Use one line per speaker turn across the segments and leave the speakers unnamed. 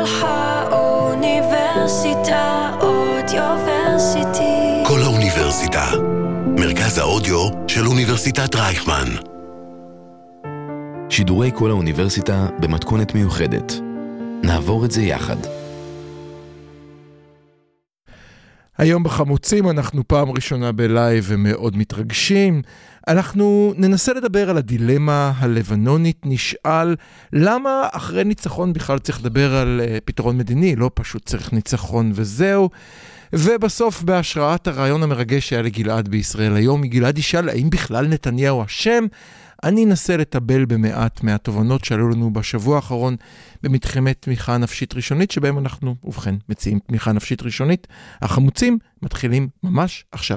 האוניברסיטה אודיוורסיטי.
כל האוניברסיטה, מרכז האודיו של אוניברסיטת רייכמן.
שידורי כל האוניברסיטה במתכונת מיוחדת. נעבור את זה יחד.
היום בחמוצים אנחנו פעם ראשונה בלייב ומאוד מתרגשים. אנחנו ננסה לדבר על הדילמה הלבנונית, נשאל למה אחרי ניצחון בכלל צריך לדבר על פתרון מדיני, לא פשוט צריך ניצחון וזהו. ובסוף בהשראת הרעיון המרגש שהיה לגלעד בישראל היום, גלעד ישאל האם בכלל נתניהו אשם. אני אנסה לטבל במעט מהתובנות שעלו לנו בשבוע האחרון במתחמי תמיכה נפשית ראשונית, שבהם אנחנו, ובכן, מציעים תמיכה נפשית ראשונית. החמוצים מתחילים ממש עכשיו.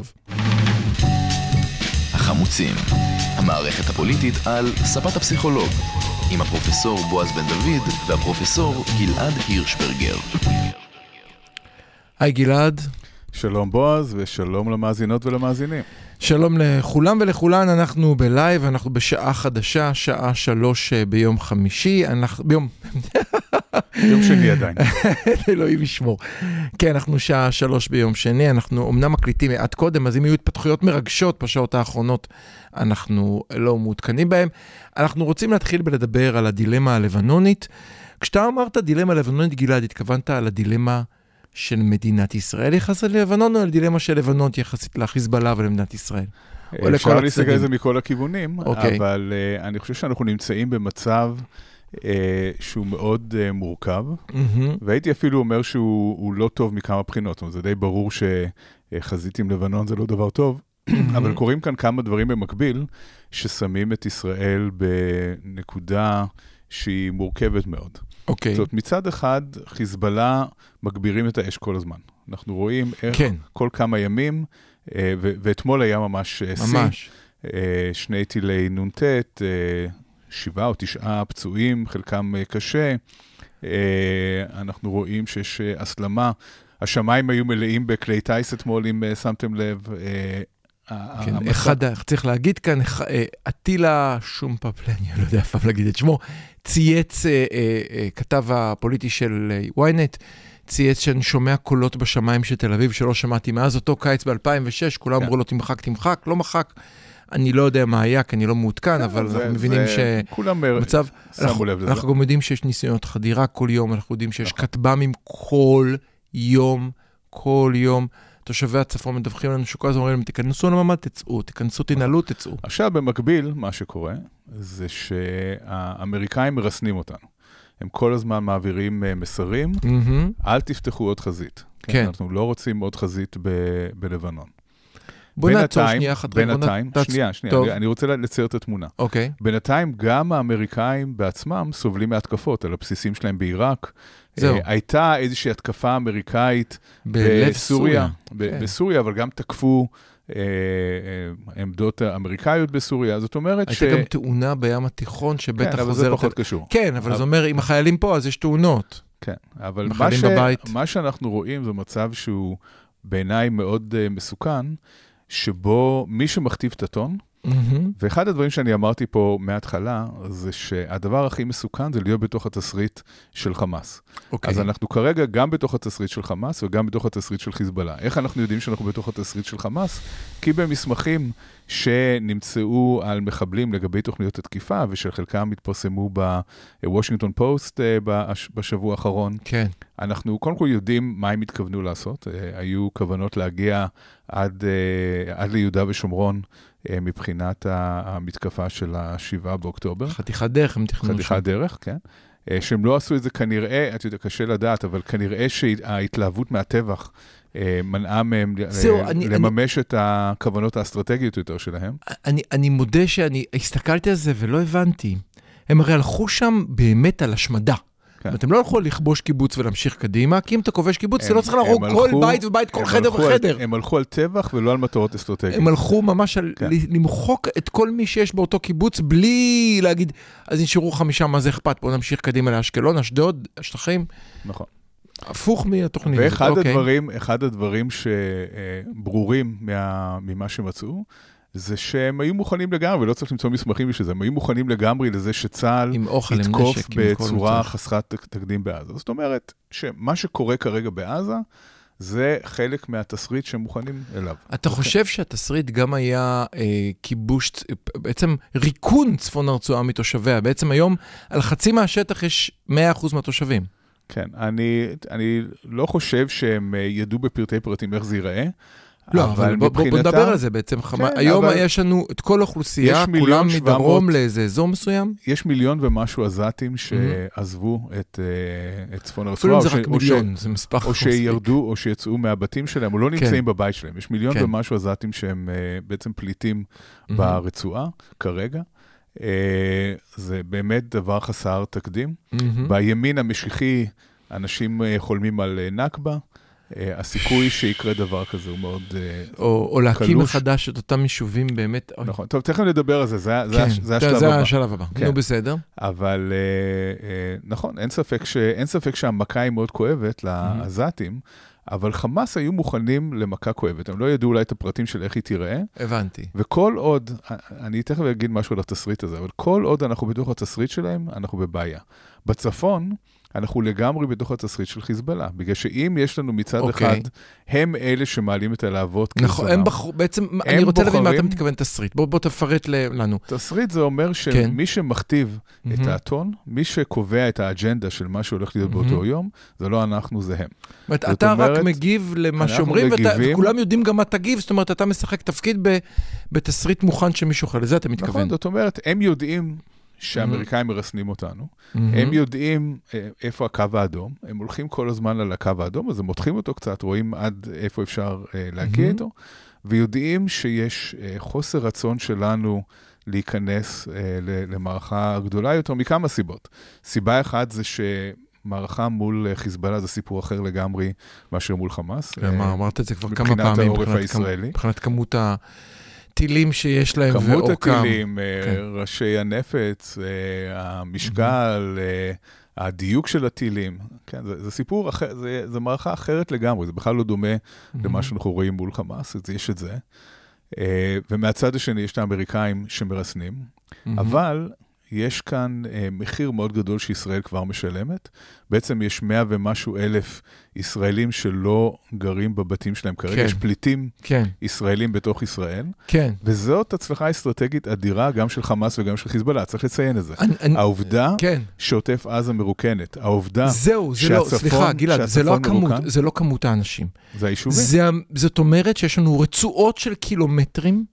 החמוצים, המערכת הפוליטית על ספת הפסיכולוג, עם הפרופסור בועז בן דוד והפרופסור גלעד הירשברגר.
היי גלעד.
שלום בועז ושלום למאזינות ולמאזינים.
שלום לכולם ולכולן, אנחנו בלייב, אנחנו בשעה חדשה, שעה 3 ביום חמישי, ביום
שני עדיין.
אלוהים ישמור. כן, אנחנו שעה 3 ביום שני, אנחנו אמנם מקליטים מעט קודם, אז אם יהיו התפתחויות מרגשות בשעות האחרונות, אנחנו לא מעודכנים בהם. אנחנו רוצים להתחיל בלדבר על הדילמה הלבנונית. כשאתה אמרת דילמה לבנונית, גלעד, התכוונת על הדילמה של מדינת ישראל יחסית ללבנון, או על דילמה של לבנון יחסית לחיזבאללה ולמדינת ישראל?
אפשר להסתכל על זה מכל הכיוונים, אבל אני חושב שאנחנו נמצאים במצב שהוא מאוד מורכב, והייתי אפילו אומר שהוא לא טוב מכמה בחינות, זה די ברור שחזית עם לבנון זה לא דבר טוב, אבל קוראים כאן כמה דברים במקביל, ששמים את ישראל בנקודה שהיא מורכבת מאוד. זאת אומרת, מצד אחד, חיזבאללה מגבירים את האש כל הזמן. אנחנו רואים איך כל כמה ימים, ואתמול היה ממש
ממש.
שני טילי נונטט, 7 או 9 פצועים, חלקם קשה. אנחנו רואים שיש הסלמה. השמיים היו מלאים בכלי טייס אתמול, אם שמתם לב.
כן, אחד, צריך להגיד כאן, אטילה שומפפלה, אני לא יודע אף פעם להגיד את שמו, צייץ, כתב הפוליטי של ynet, צייץ שאני שומע קולות בשמיים של תל אביב, שלא שמעתי מאז אותו קיץ ב-2006, כולם אמרו לו תמחק, לא מחק, אני לא יודע מה היה, כי אני לא מעודכן, אבל אנחנו מבינים שמצב, אנחנו גם יודעים שיש ניסיונות חדירה כל יום, אנחנו יודעים שיש כטב"מים כל יום, תושבי הצפון מדווחים לנו שכל הזמן אומרים, תיכנסו לממד, תצאו, תיכנסו, תנהלו, תצאו.
עכשיו, במקביל, מה שקורה, זה שהאמריקאים מרסנים אותנו. הם כל הזמן מעבירים מסרים, אל תפתחו עוד חזית.
כן.
אנחנו לא רוצים עוד חזית בלבנון.
בוא נעצור שנייה אחת.
בינתיים, שנייה, אני רוצה לצייר את התמונה.
אוקיי.
בינתיים, גם האמריקאים בעצמם סובלים מהתקפות על הבסיסים שלהם בעיראק. הייתה איזושהי התקפה אמריקאית בסוריה, בסוריה, אבל גם תקפו עמדות האמריקאיות בסוריה, זאת אומרת
הייתה גם תאונה בים התיכון שבטח חוזרת...
כן, אבל זה פחות קשור.
כן, אבל זה אומר, אם החיילים פה, אז יש תאונות.
כן, אבל מה שאנחנו רואים זה מצב שהוא בעיניי מאוד מסוכן, שבו מי שמכתיב את הטון, ואחד הדברים שאני אמרתי פה מההתחלה, זה שהדבר הכי מסוכן זה להיות בתוך התסריט של חמאס. אז אנחנו כרגע גם בתוך התסריט של חמאס, וגם בתוך התסריט של חיזבאללה. איך אנחנו יודעים שאנחנו בתוך התסריט של חמאס? כי במסמכים שנמצאו על מחבלים לגבי תוכניות התקיפה, ושל חלקם התפרסמו בוושינגטון פוסט בשבוע האחרון.
כן.
אנחנו קודם כל יודעים מה הם התכוונו לעשות. היו כוונות להגיע עד ליהודה ושומרון, מבחינת המתקפה של ה-7 באוקטובר.
חתיכת דרך, הם תכננו שם.
חתיכת דרך, כן. שהם לא עשו את זה כנראה, את יודעת, קשה לדעת, אבל כנראה שההתלהבות מהטבח מנעה מהם לממש את הכוונות האסטרטגיות יותר שלהם.
אני מודה שאני הסתכלתי על זה ולא הבנתי. הם הרי הלכו שם באמת על השמדה. אתם לא הלכו לכבוש קיבוץ ולהמשיך קדימה, כי אם אתה כובש קיבוץ, אתה לא צריך להרוג כל בית ובית, כל חדר וחדר.
הם הלכו על טבח ולא על מטרות אסטרטגיות.
הם הלכו ממש על למחוק את כל מי שיש באותו קיבוץ, בלי להגיד, אז נשארו 5, מה זה אכפת, בואו נמשיך קדימה לאשקלון, אשדוד, השטחים.
נכון.
הפוך מהתוכנית.
ואחד הדברים שברורים ממה שמצאו, זה שהם היו מוכנים לגמרי, ולא צריך למצוא מסמכים בשביל זה, הם היו מוכנים לגמרי לזה שצה"ל יתקוף בצורה חסרת תקדים בעזה. זאת אומרת, שמה שקורה כרגע בעזה, זה חלק מהתסריט שהם מוכנים אליו.
אתה חושב שהתסריט גם היה כיבוש, בעצם ריקון צפון הרצועה מתושביה, בעצם היום על חצי מהשטח יש 100% מהתושבים.
כן, אני לא חושב שהם ידעו בפרטי פרטים איך זה ייראה,
לא, אבל בוא נדבר על זה בעצם. היום יש לנו את כל האוכלוסייה, כולם מדרום לאיזה אזור מסוים.
יש 1,000,000 ומשהו עזתים שעזבו את צפון הרצועה.
אפילו זה רק מיליון, זה מספר
או שירדו או שיצאו מהבתים שלהם, או לא נמצאים בבית שלהם. יש 1,000,000 ומשהו עזתים שהם בעצם פליטים ברצועה כרגע. זה באמת דבר חסר תקדים. בימין המשיחי אנשים חולמים על נכבה. הסיכוי שיקרה דבר כזה הוא מאוד קלוש.
או להקים מחדש את אותם יישובים באמת.
נכון, טוב, תכף נדבר על זה, זה
השלב הבא. נו בסדר.
אבל נכון, אין ספק שהמכה היא מאוד כואבת לעזתים, אבל חמאס היו מוכנים למכה כואבת, הם לא ידעו אולי את הפרטים של איך היא תיראה.
הבנתי.
וכל עוד, אני תכף אגיד משהו על התסריט הזה, אבל כל עוד אנחנו בתוך התסריט שלהם, אנחנו בבעיה. בצפון, אנחנו לגמרי בתוך התסריט של חיזבאללה, בגלל שאם יש לנו מצד אחד, הם אלה שמעלים את הלהבות כזרה.
נכון, הם בחרו, בעצם, אני רוצה להבין מה אתה מתכוון תסריט, בוא תפרט לנו.
תסריט זה אומר שמי שמכתיב את האתון, מי שקובע את האג'נדה של מה שהולך להיות באותו יום, זה לא אנחנו, זה הם.
אתה רק מגיב למה שאומרים, וכולם יודעים גם מה תגיב, זאת אומרת, אתה משחק תפקיד בתסריט מוכן שמישהו אחר, לזה אתה מתכוון.
נכון, זאת אומרת, הם יודעים שהאמריקאים מרסנים אותנו, הם יודעים איפה הקו האדום, הם הולכים כל הזמן על הקו האדום, אז הם מותחים אותו קצת, רואים עד איפה אפשר להגיע איתו, ויודעים שיש חוסר רצון שלנו להיכנס למערכה גדולה יותר מכמה סיבות. סיבה אחת זה מערכה מול חיזבאללה זה סיפור אחר לגמרי מאשר מול חמאס.
אמרת את זה כבר כמה פעמים.
מבחינת העורף הישראלי.
מבחינת כמות הטילים שיש להם ואורקם.
כמות הטילים, ראשי הנפץ, המשקל, הדיוק של הטילים. כן, זה סיפור אחר, זה מערכה אחרת לגמרי, זה בכלל לא דומה למה שאנחנו רואים מול חמאס, יש את זה. ומהצד השני יש את האמריקאים שמרסנים, אבל יש כאן מחיר מאוד גדול שישראל כבר משלמת. בעצם יש 100 ומשהו אלף ישראלים שלא גרים בבתים שלהם. כרגע יש פליטים ישראלים בתוך ישראל. וזאת הצלחה אסטרטגית אדירה גם של חמאס וגם של חיזבאללה. צריך לציין את זה. העובדה שעוטף עזה מרוקנת. העובדה
סליחה, גלעד, זה לא כמות האנשים.
זה היישובים.
זאת אומרת שיש לנו רצועות של קילומטרים,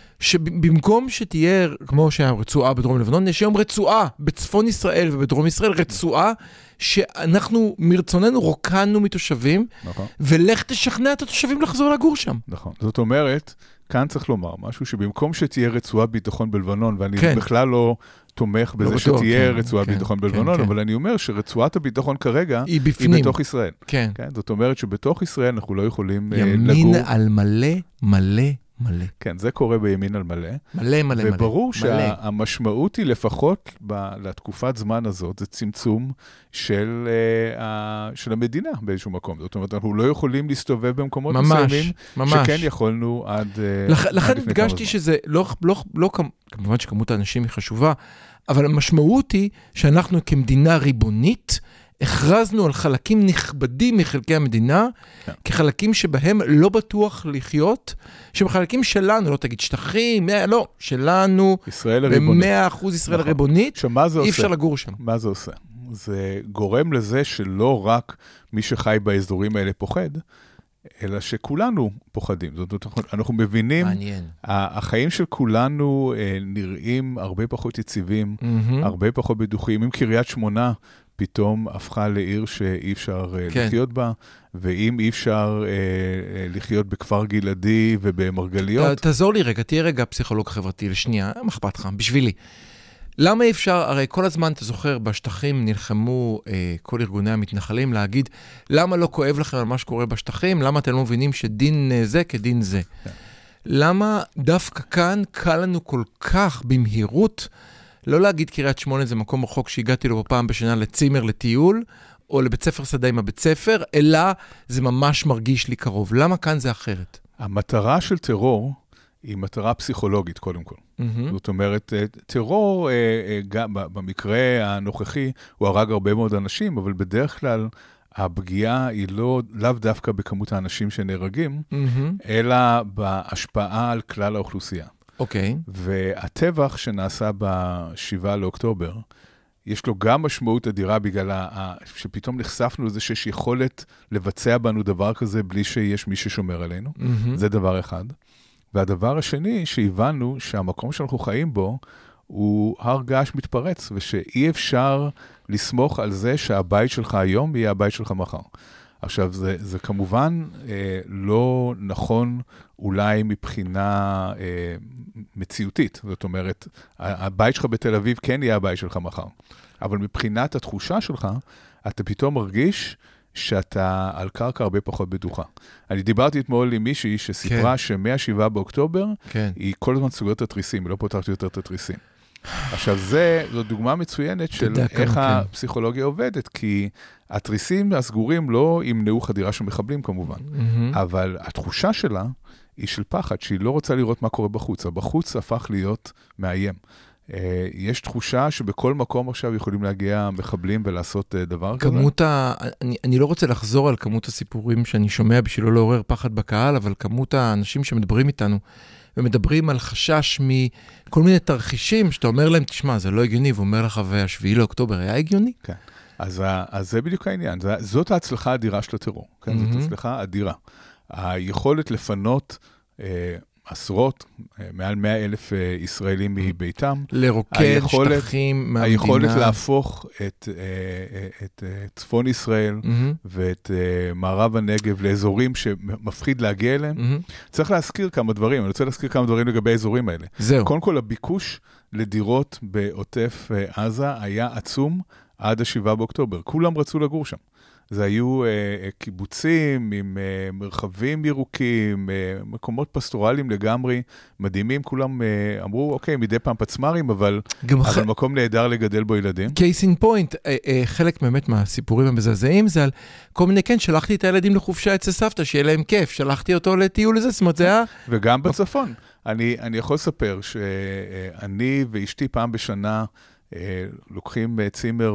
שבמקום שתהיה, כמו שהיה רצועה בדרום לבנון, יש היום רצועה בצפון ישראל ובדרום ישראל, רצועה שאנחנו מרצוננו רוקנו מתושבים, ולך תשכנע את התושבים לחזור לגור שם.
נכון. זאת אומרת, כאן צריך לומר משהו שבמקום שתהיה רצועה ביטחון בלבנון, ואני בכלל לא תומך בזה שתהיה רצועה ביטחון בלבנון, אבל אני אומר שרצועת הביטחון כרגע היא בתוך ישראל. זאת אומרת שבתוך ישראל אנחנו לא יכולים לגור.
ימין על מלא, מלא. מלא.
כן, זה קורה בימין על מלא.
מלא, מלא, מלא.
וברור שהמשמעות היא לפחות לתקופת זמן הזאת, זה צמצום של המדינה באיזשהו מקום. זאת אומרת, אנחנו לא יכולים להסתובב במקומות מסוימים, שכן יכולנו עד
לכן הדגשתי שזה לא כמובן שכמות האנשים היא חשובה, אבל המשמעות היא שאנחנו כמדינה ריבונית, הכרזנו על חלקים נכבדים מחלקי המדינה, כחלקים שבהם לא בטוח לחיות, שבחלקים שלנו, לא תגיד שטחים, לא, שלנו, ב100% ישראל הריבונית, אי אפשר לגור שם.
מה זה עושה? זה גורם לזה שלא רק מי שחי באזורים האלה פוחד, אלא שכולנו פוחדים. זאת אומרת, אנחנו מבינים, החיים של כולנו נראים הרבה פחות יציבים, הרבה פחות בטוחים. אם קריית שמונה פתאום הפכה לעיר שאי אפשר לחיות בה, ואם אי אפשר לחיות בכפר גלעדי ובמרגליות.
תעזור לי רגע, תהיה רגע פסיכולוג חברתי לשנייה, מה אכפת לך? בשבילי. למה אי אפשר, הרי כל הזמן, אתה זוכר, בשטחים נלחמו כל ארגוני המתנחלים להגיד, למה לא כואב לכם על מה שקורה בשטחים? למה אתם לא מבינים שדין זה כדין זה? למה דווקא כאן קל לנו כל כך במהירות, לא להגיד קריית שמונה זה מקום רחוק שהגעתי לו פעם בשנה לצימר, לטיול, או לבית ספר שדה עם הבית ספר, אלא זה ממש מרגיש לי קרוב. למה כאן זה אחרת?
המטרה של טרור היא מטרה פסיכולוגית קודם כל. זאת אומרת, טרור, במקרה הנוכחי, הוא הרג הרבה מאוד אנשים, אבל בדרך כלל הפגיעה היא לאו דווקא בכמות האנשים שנהרגים, אלא בהשפעה על כלל האוכלוסייה.
אוקיי.
והטבח שנעשה ב7 לאוקטובר, יש לו גם משמעות אדירה בגלל שפתאום נחשפנו לזה שיש יכולת לבצע בנו דבר כזה בלי שיש מי ששומר עלינו. זה דבר אחד. והדבר השני שהבנו שהמקום שאנחנו חיים בו הוא הר געש מתפרץ, ושאי אפשר לסמוך על זה שהבית שלך היום יהיה הבית שלך מחר. עכשיו, זה כמובן לא נכון אולי מבחינה מציאותית. זאת אומרת, הבית שלך בתל אביב כן יהיה הבית שלך מחר. אבל מבחינת התחושה שלך, אתה פתאום מרגיש שאתה על קרקע הרבה פחות בטוחה. אני דיברתי אתמול עם מישהי שסיפרה שמ-7 באוקטובר, היא כל הזמן סוגרת את התריסים, היא לא פותחת יותר את התריסים. עכשיו, זו דוגמה מצוינת של איך הפסיכולוגיה עובדת, כי התריסים הסגורים לא ימנעו חדירה של מחבלים כמובן, אבל התחושה שלה היא של פחד, שהיא לא רוצה לראות מה קורה בחוץ. בחוץ הפך להיות מאיים. יש תחושה שבכל מקום עכשיו יכולים להגיע מחבלים ולעשות דבר כזה.
אני לא רוצה לחזור על כמות הסיפורים שאני שומע בשביל לא לעורר פחד בקהל, אבל כמות האנשים שמדברים איתנו, ומדברים על חשש מכל מיני תרחישים, שאתה אומר להם, תשמע, זה לא הגיוני, ואומר לך, ו7 לאוקטובר היה הגיוני?
כן. אז זה בדיוק העניין. זאת ההצלחה האדירה של הטרור. כן? זאת הצלחה אדירה. היכולת לפנות עשרות, מעל 100,000 ישראלים מביתם.
לרוקד שטחים מהמדינה.
היכולת להפוך את צפון ישראל ואת מערב הנגב לאזורים שמפחיד להגיע אליהם. צריך להזכיר כמה דברים, אני רוצה להזכיר כמה דברים לגבי האזורים האלה.
זהו.
קודם כל, הביקוש לדירות בעוטף עזה היה עצום עד 7 באוקטובר. כולם רצו לגור שם. זה היו קיבוצים עם מרחבים ירוקים, מקומות פסטורליים לגמרי, מדהימים, כולם אמרו, אוקיי, מדי פעם פצמרים, אבל מקום נהדר לגדל בו ילדים.
קייס אין פוינט, חלק באמת מהסיפורים המזעזעים זה על כל מיני, כן, שלחתי את הילדים לחופשה אצל סבתא, שיהיה להם כיף, שלחתי אותו לטיול לזה, זאת אומרת, זה היה...
וגם בצפון. אני יכול לספר שאני ואשתי פעם בשנה, לוקחים צימר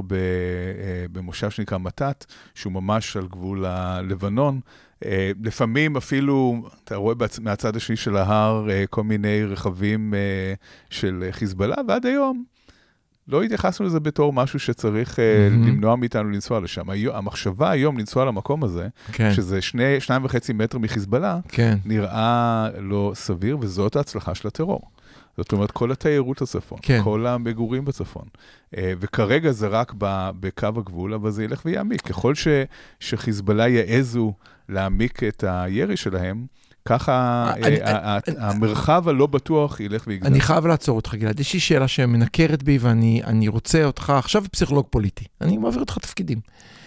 במושב שנקרא מתת, שהוא ממש על גבול הלבנון. לפעמים אפילו, אתה רואה מהצד השני של ההר, כל מיני רכבים של חיזבאללה, ועד היום לא התייחסנו לזה בתור משהו שצריך למנוע מאיתנו לנסוע לשם. המחשבה היום לנסוע למקום הזה, שזה 2.5 מטר מחיזבאללה, נראה לא סביר, וזאת ההצלחה של הטרור. זאת אומרת, כל התיירות הצפון, כל המגורים בצפון. וכרגע זה רק בקו הגבול, אבל זה ילך ויעמיק. ככל שחיזבאללה יעזו להעמיק את הירי שלהם, ככה המרחב הלא בטוח ילך ויגדל.
אני חייב לעצור אותך, גלעד. יש לי שאלה שמנקרת בי, ואני רוצה אותך, עכשיו פסיכולוג פוליטי. אני מעביר אותך תפקידים.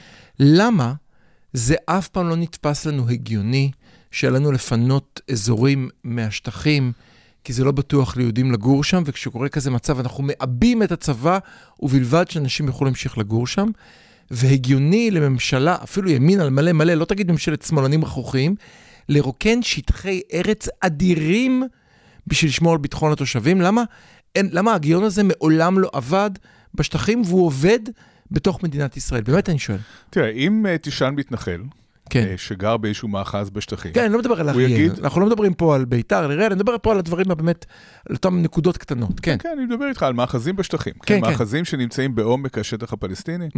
למה זה אף פעם לא נתפס לנו הגיוני, שעלינו לפנות אזורים מהשטחים, כי זה לא בטוח ליהודים לגור שם, וכשקורה כזה מצב, אנחנו מאבים את הצבא, ובלבד שאנשים יכולים להמשיך לגור שם, והגיוני לממשלה, אפילו ימין על מלא מלא, לא תגיד ממשלת שמאלנים רכרוכיים, לרוקן שטחי ארץ אדירים, בשביל לשמור על ביטחון התושבים. למה הגיון הזה מעולם לא עבד בשטחים, והוא עובד בתוך מדינת ישראל? באמת אני שואל.
תראה, אם תשען מתנחל, שגר באיזשהו מאחז בשטחים.
כן, אני לא מדבר על אריאל. אנחנו לא מדברים פה על ביתר, על אריאל, אני מדבר פה על הדברים באמת, על אותם נקודות קטנות. כן,
אני מדבר איתך על מאחזים בשטחים. מאחזים שנמצאים בעומק השטח הפלסטיני.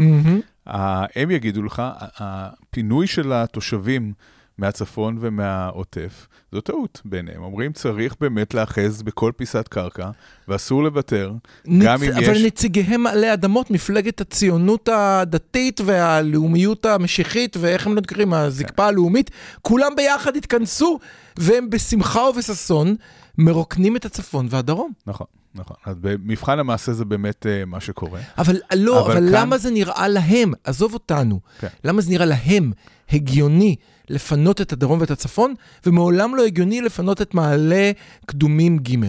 הם יגידו לך, הפינוי של התושבים מהצפון ומהעוטף, זו טעות ביניהם. אומרים, צריך באמת לאחז בכל פיסת קרקע, ואסור לוותר, גם אם יש...
אבל נציגיהם עלי אדמות, מפלגת הציונות הדתית והלאומיות המשיחית, ואיך הם לא קוראים, הזקפה הלאומית, כולם ביחד התכנסו, והם בשמחה ובששון, מרוקנים את הצפון והדרום.
נכון. נכון, אז במבחן המעשה זה באמת מה שקורה.
אבל למה זה נראה להם, עזוב אותנו, למה זה נראה להם הגיוני לפנות את הדרום ואת הצפון, ומעולם לא הגיוני לפנות את מעלה קדומים ג'?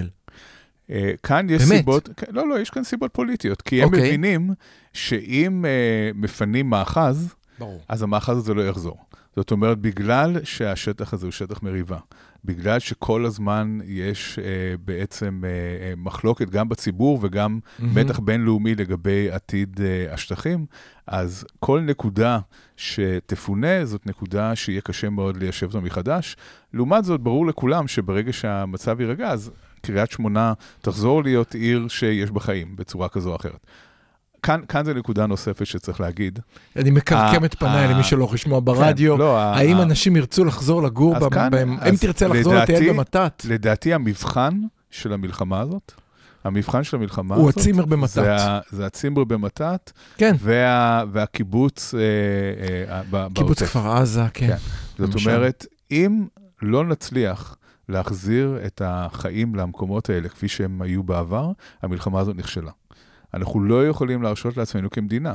כאן יש סיבות, יש כאן סיבות פוליטיות, כי הם מבינים שאם מפנים מאחז,
ברור.
אז המאחז הזה לא יחזור. זאת אומרת, בגלל שהשטח הזה הוא שטח מריבה, בגלל שכל הזמן יש בעצם מחלוקת גם בציבור וגם מתח בינלאומי לגבי עתיד השטחים, אז כל נקודה שתפונה, זאת נקודה שיהיה קשה מאוד ליישב אותה מחדש. לעומת זאת, ברור לכולם שברגע שהמצב יירגע, אז קריית שמונה תחזור להיות עיר שיש בחיים בצורה כזו או אחרת. כאן זה נקודה נוספת שצריך להגיד.
אני מקרקם את פניי למי שלא לשמוע ברדיו. האם אנשים ירצו לחזור לגור בהם? האם תרצה לחזור לטייל במתת?
לדעתי המבחן של המלחמה הזאת,
הוא הצימר במתת.
זה הצימר במתת,
כן.
והקיבוץ בעוטף.
קיבוץ כפר עזה, כן.
זאת אומרת, אם לא נצליח להחזיר את החיים למקומות האלה, כפי שהם היו בעבר, המלחמה הזאת נכשלה. אנחנו לא יכולים להרשות לעצמנו כמדינה.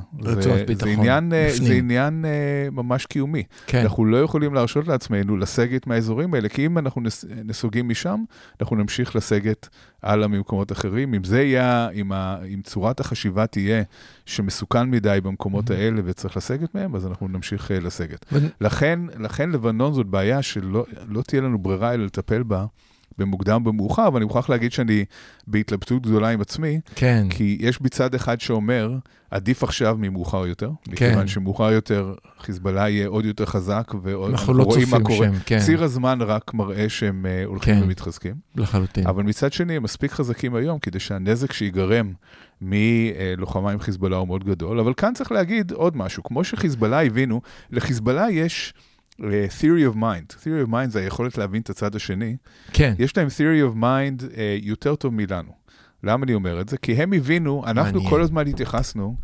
זה עניין ממש קיומי.
כן.
אנחנו לא יכולים להרשות לעצמנו לסגת מהאזורים האלה, כי אם אנחנו נסוגים משם, אנחנו נמשיך לסגת הלאה ממקומות אחרים. אם זה יהיה, אם צורת החשיבה תהיה שמסוכן מדי במקומות האלה וצריך לסגת מהם, אז אנחנו נמשיך לסגת. לכן לבנון זאת בעיה שלא תהיה לנו ברירה אלא לטפל בה, במוקדם במאוחר, אבל אני מוכרח להגיד שאני בהתלבטות גדולה עם עצמי,
כן.
כי יש בצד אחד שאומר, עדיף עכשיו ממאוחר יותר,
כן.
מכיוון שמאוחר יותר, חיזבאללה יהיה עוד יותר חזק,
אנחנו לא צופים שם, כן.
ציר הזמן רק מראה שהם הולכים
כן.
ומתחזקים.
לחלוטין.
אבל מצד שני, הם מספיק חזקים היום, כדי שהנזק שיגרם מלוחמה עם חיזבאללה הוא מאוד גדול, אבל כאן צריך להגיד עוד משהו, כמו שחיזבאללה הבינו, לחיזבאללה יש theory of mind. Theory of mind זה היכולת להבין את הצד השני.
כן.
יש להם theory of mind יותר טוב מלנו. למה אני אומר את זה? כי הם הבינו, אנחנו כל הזמן התייחסנו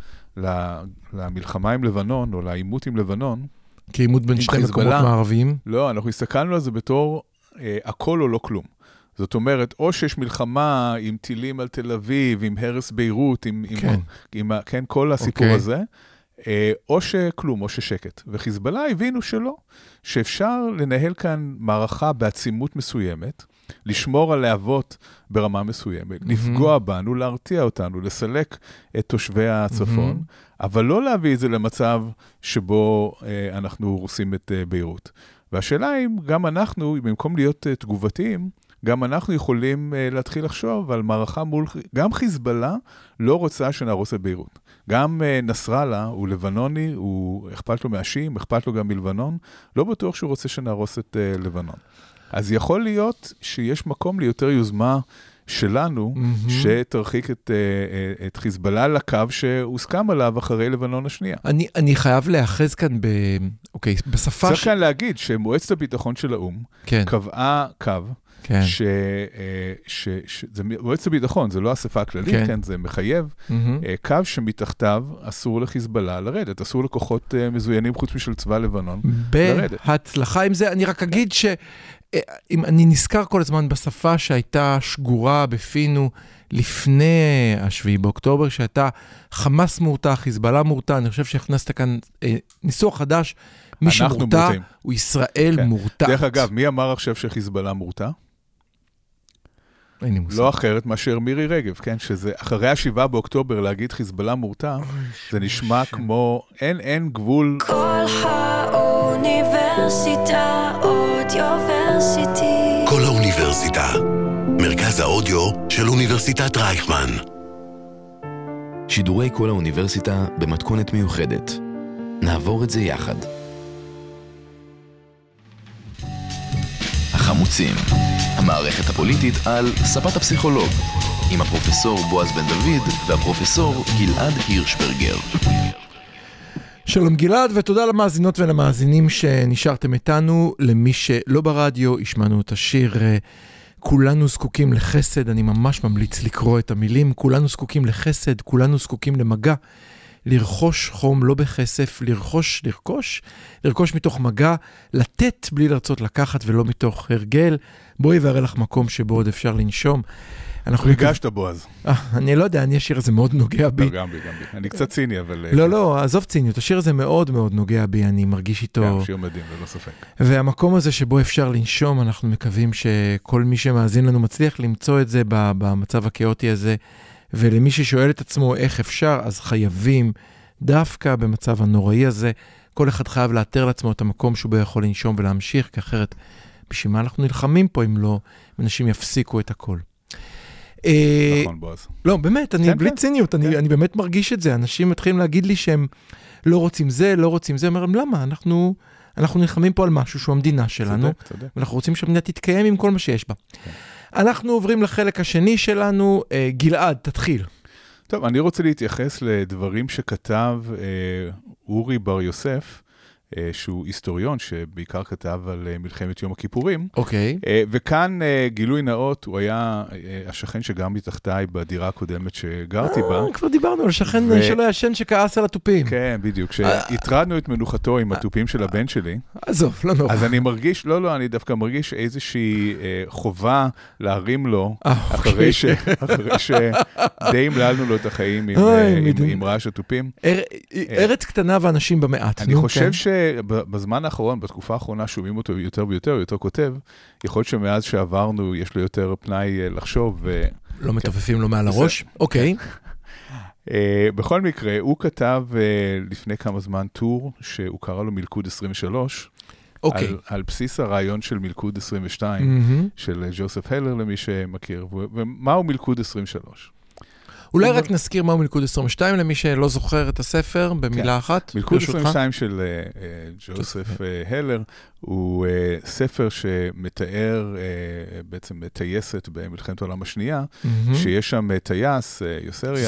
למלחמה עם לבנון, או לעימות עם לבנון.
כעימות בין שתי מקומות מערביים?
לא, אנחנו הסתכלנו על זה בתור הכל או לא כלום. זאת אומרת, או שיש מלחמה עם טילים על תל אביב, עם הרס ביירות, עם כל הסיפור הזה, או שכלום, או ששקט. וחיזבאללה הבינו שלא, שאפשר לנהל כאן מערכה בעצימות מסוימת, לשמור על להבות ברמה מסוימת, לפגוע בנו, להרתיע אותנו, לסלק את תושבי הצפון, אבל לא להביא את זה למצב שבו אנחנו הורסים את ביירות. והשאלה אם גם אנחנו, במקום להיות תגובתיים, גם אנחנו יכולים להתחיל לחשוב על מערכה מול, גם חיזבאללה לא רוצה שנהרוס את ביירות. גם נסראללה הוא לבנוני, הוא אכפת לו מהשיעים, אכפת לו גם מלבנון, לא בטוח שהוא רוצה שנהרוס את לבנון. אז יכול להיות שיש מקום ליותר יוזמה שלנו, שתרחיק את חיזבאללה לקו שהוסכם עליו אחרי לבנון השנייה.
אני חייב להאחז כאן בשפה...
צריך כאן להגיד שמועצת הביטחון של האו"ם קבעה קו, זה מועצת הביטחון, זה לא אספה הכללית, כן, זה מחייב, קו שמתחתיו אסור לחיזבאללה לרדת, אסור לכוחות מזוינים חוץ משל צבא לבנון לרדת.
בהצלחה עם זה, אני רק אגיד אם אני נזכר כל הזמן בשפה שהייתה שגורה בפינו לפני השביעי באוקטובר, שהייתה חמאס מורתע, חיזבאללה מורתע, אני חושב שהכנסת כאן ניסוח חדש, מי שמורתע הוא ישראל מורתע.
דרך אגב, מי אמר עכשיו שחיזבאללה מורתע? לא אחרת מאשר מירי רגב, כן? שזה אחרי השבעה באוקטובר להגיד חיזבאללה מורתע, זה נשמע כמו אין גבול.
כל האוניברסיטה אודיוורסיטי.
כל האוניברסיטה, מרכז האודיו של אוניברסיטת רייכמן.
שידורי כל האוניברסיטה במתכונת מיוחדת. נעבור את זה יחד. החמוצים, המערכת הפוליטית על ספת הפסיכולוג, עם הפרופסור בועז בן דוד והפרופסור גלעד הירשברגר.
שלום גלעד, ותודה למאזינות ולמאזינים שנשארתם איתנו. למי שלא ברדיו, השמענו את השיר כולנו זקוקים לחסד, אני ממש ממליץ לקרוא את המילים, כולנו זקוקים לחסד, כולנו זקוקים למגע, לרכוש חום לא בכסף, לרכוש מתוך מגע, לתת בלי לרצות לקחת ולא מתוך הרגל. בואי והראה לך מקום שבו עוד אפשר לנשום.
ריגשת בועז.
אני לא יודע, השיר הזה מאוד נוגע בי.
גם בי. אני קצת ציני, אבל...
לא, עזוב ציניות, השיר הזה מאוד מאוד נוגע בי, אני מרגיש איתו...
גם שיר מדהים, ללא ספק.
והמקום הזה שבו אפשר לנשום, אנחנו מקווים שכל מי שמאזין לנו מצליח למצוא את זה במצב הכאוטי הזה, ולמי ששואל את עצמו איך אפשר, אז חייבים דווקא במצב הנוראי הזה, כל אחד חייב לאתר לעצמו את המקום שבו יכול לנשום ולהמשיך, כי אחרת, בשביל מה אנחנו נלחמים פה אם לא, אנשים יפסיקו את הכל.
נכון, בועז.
לא, באמת, אני בלי ציניות, אני באמת מרגיש את זה. אנשים מתחילים להגיד לי שהם לא רוצים זה, לא רוצים זה. אומרים, למה? אנחנו נלחמים פה על משהו שהוא המדינה שלנו, ואנחנו רוצים שהמדינה תתקיים עם כל מה שיש בה. אנחנו עוברים לחלק השני שלנו. גלעד, תתחיל.
טוב, אני רוצה להתייחס לדברים שכתב אורי בר יוסף, שהוא היסטוריון שבעיקר כתב על מלחמת יום הכיפורים.
אוקיי.
וכאן גילוי נאות, הוא היה השכן שגר מתחתיי בדירה הקודמת שגרתי בה.
כבר דיברנו על שכן שלא ישן שכעס על הטופים.
כן, בדיוק. שהטרדנו את מנוחתו עם הטופים של הבן שלי.
עזוב, לא נורא.
אז אני מרגיש, לא, אני דווקא מרגיש איזושהי חובה להרים לו, אחרי שדי המללנו לו את החיים עם רעש הטופים.
ארץ קטנה ואנשים במעט.
אני חושב שבזמן האחרון, בתקופה האחרונה, שומעים אותו יותר ויותר, יותר כותב, יכול להיות שמאז שעברנו, יש לו יותר פנאי לחשוב.
לא מתופפים לו מעל הראש? אוקיי.
בכל מקרה, הוא כתב לפני כמה זמן טור, שהוא קרא לו מלכוד 23, על בסיס הרעיון של מלכוד 22, של ג'וסף הלר למי שמכיר. ומהו מלכוד 23?
אולי רק נזכיר מהו מלכוד 22, למי שלא זוכר את הספר, במילה אחת.
מלכוד 22 של ג'וסף הלר, הוא ספר שמתאר בעצם טייסת במלחמת העולם השנייה, שיש שם טייס, יוסריה,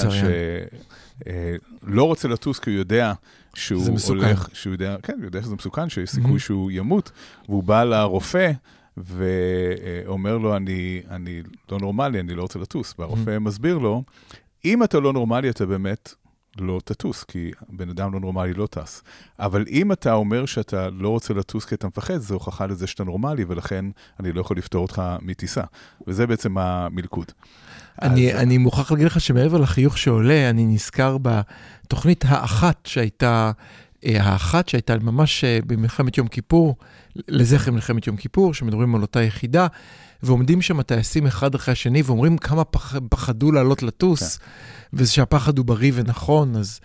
שלא רוצה לטוס כי הוא יודע שהוא הולך, כן, הוא יודע שזה מסוכן, שיש סיכוי שהוא ימות, והוא בא לרופא, ואומר לו, אני לא נורמלי, אני לא רוצה לטוס, והרופא מסביר לו, אם אתה לא נורמלי, אתה באמת לא תטוס, כי בן אדם לא נורמלי לא טס. אבל אם אתה אומר שאתה לא רוצה לטוס כי אתה מפחד, זו הוכחה לזה שאתה נורמלי, ולכן אני לא יכול לפתור אותך מטיסה. וזה בעצם המלכוד.
אני מוכרח להגיד לך שמעבר לחיוך שעולה, אני נזכר בתוכנית האחת שהייתה ממש במלחמת יום כיפור, לזכר מלחמת יום כיפור, שמדברים על אותה יחידה, ועומדים שם הטייסים אחד אחרי השני, ואומרים כמה פחדו לעלות לטוס, ושהפחד הוא בריא ונכון, אז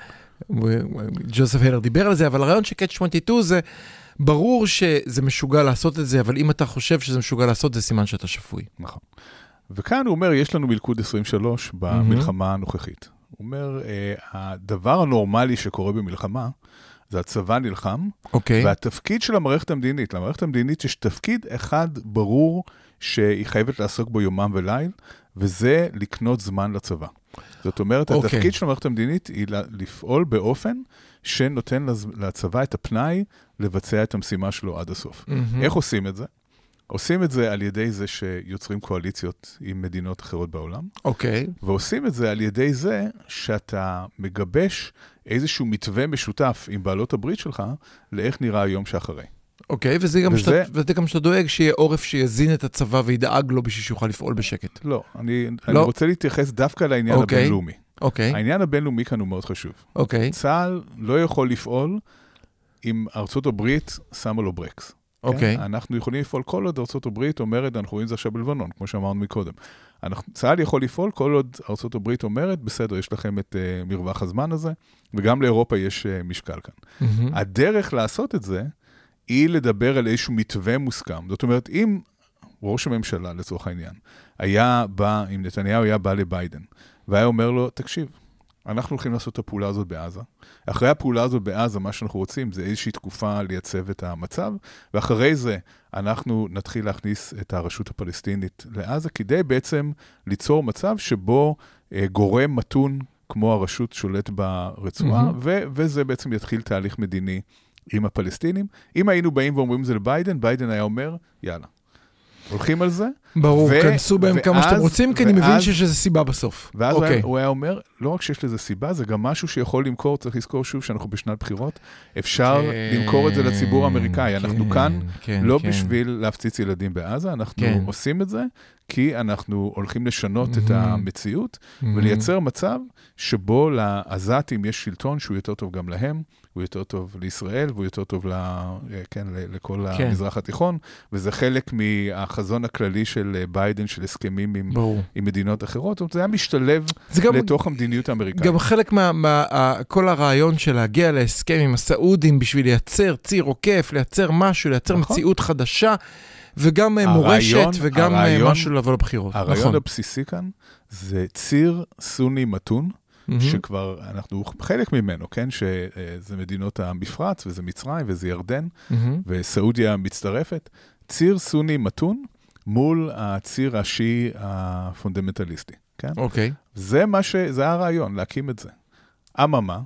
ג'וסף הלר דיבר על זה, אבל הרעיון שקאץ' 22 זה, ברור שזה משוגע לעשות את זה, אבל אם אתה חושב שזה משוגע לעשות, זה סימן שאתה שפוי.
נכון. וכאן הוא אומר, יש לנו מלכוד 23 במלחמה הנוכחית. הוא אומר, הדבר הנורמלי שקורה במלחמה, זה הצבא נלחם, והתפקיד של המערכת המדינית, למערכת המדינית יש תפקיד אחד ברור שהיא חייבת לעסוק בו יומם וליל, וזה לקנות זמן לצבא. זאת אומרת, התפקיד של המערכת המדינית היא לפעול באופן שנותן לצבא את הפנאי לבצע את המשימה שלו עד הסוף. איך עושים את זה? עושים את זה על ידי זה שיוצרים קואליציות עם מדינות אחרות בעולם. ועושים את זה על ידי זה שאתה מגבש איזשהו מתווה משותף עם בעלות הברית שלך, לאיך נראה היום שאחרי.
וזה גם שאתה דואג שיהיה עורף שיזין את הצבא וידאג לו בשביל שיוכל לפעול בשקט.
לא, אני רוצה להתייחס דווקא לעניין הבינלאומי. העניין הבינלאומי כאן הוא מאוד חשוב. צה"ל לא יכול לפעול אם ארצות הברית שמה לו ברקס. אנחנו יכולים לפעול כל עוד ארצות הברית אומרת, אנחנו רואים זה עכשיו בלבנון, כמו שאמרנו מקודם. צה"ל יכול לפעול כל עוד ארצות הברית אומרת, בסדר, יש לכם את מרווח הזמן הזה, וגם לאירופה יש משקל כאן. הדרך לעשות את זה, היא לדבר על איזשהו מתווה מוסכם. זאת אומרת, אם ראש הממשלה, לצורך העניין, אם נתניהו היה בא לביידן, והיה אומר לו, תקשיב, אנחנו הולכים לעשות את הפעולה הזאת בעזה. אחרי הפעולה הזאת בעזה, מה שאנחנו רוצים זה איזושהי תקופה לייצב את המצב, ואחרי זה אנחנו נתחיל להכניס את הרשות הפלסטינית לעזה, כדי בעצם ליצור מצב שבו גורם מתון כמו הרשות שולט ברצועה, וזה בעצם יתחיל תהליך מדיני עם הפלסטינים. אם היינו באים ואומרים זה לביידן, ביידן היה אומר, יאללה. הולכים על זה.
ברור, כנסו בהם כמה שאתם רוצים, כי אני מבין שיש איזו סיבה בסוף.
ואז הוא היה אומר, לא רק שיש לזה סיבה, זה גם משהו שיכול למכור, צריך לזכור שוב שאנחנו בשנת בחירות, אפשר למכור את זה לציבור האמריקאי. אנחנו כאן לא בשביל להפציץ ילדים בעזה, אנחנו עושים את זה, כי אנחנו הולכים לשנות את המציאות, ולייצר מצב שבו לעזתים יש שלטון שהוא יותר טוב גם להם, הוא יותר טוב לישראל, והוא יותר טוב לכל המזרח התיכון, וזה חלק מהחזון הכללי של ביידן, של הסכמים עם מדינות אחרות, זאת אומרת, זה היה משתלב לתוך המדיניות האמריקאית.
גם חלק כל הרעיון של להגיע להסכם עם הסעודים, בשביל לייצר ציר עוקף, לייצר משהו, לייצר מציאות חדשה, וגם מורשת, וגם משהו לבוא לבחירות.
הרעיון הבסיסי כאן, זה ציר סוני מתון, שכבר אנחנו חלק ממנו, כן? שזה מדינות המפרץ, וזה מצרים, וזה ירדן, וסעודיה מצטרפת. ציר סוני מתון מול הציר השיעי הפונדמנטליסטי, כן?
אוקיי.
זה הרעיון, להקים את זה. אממה.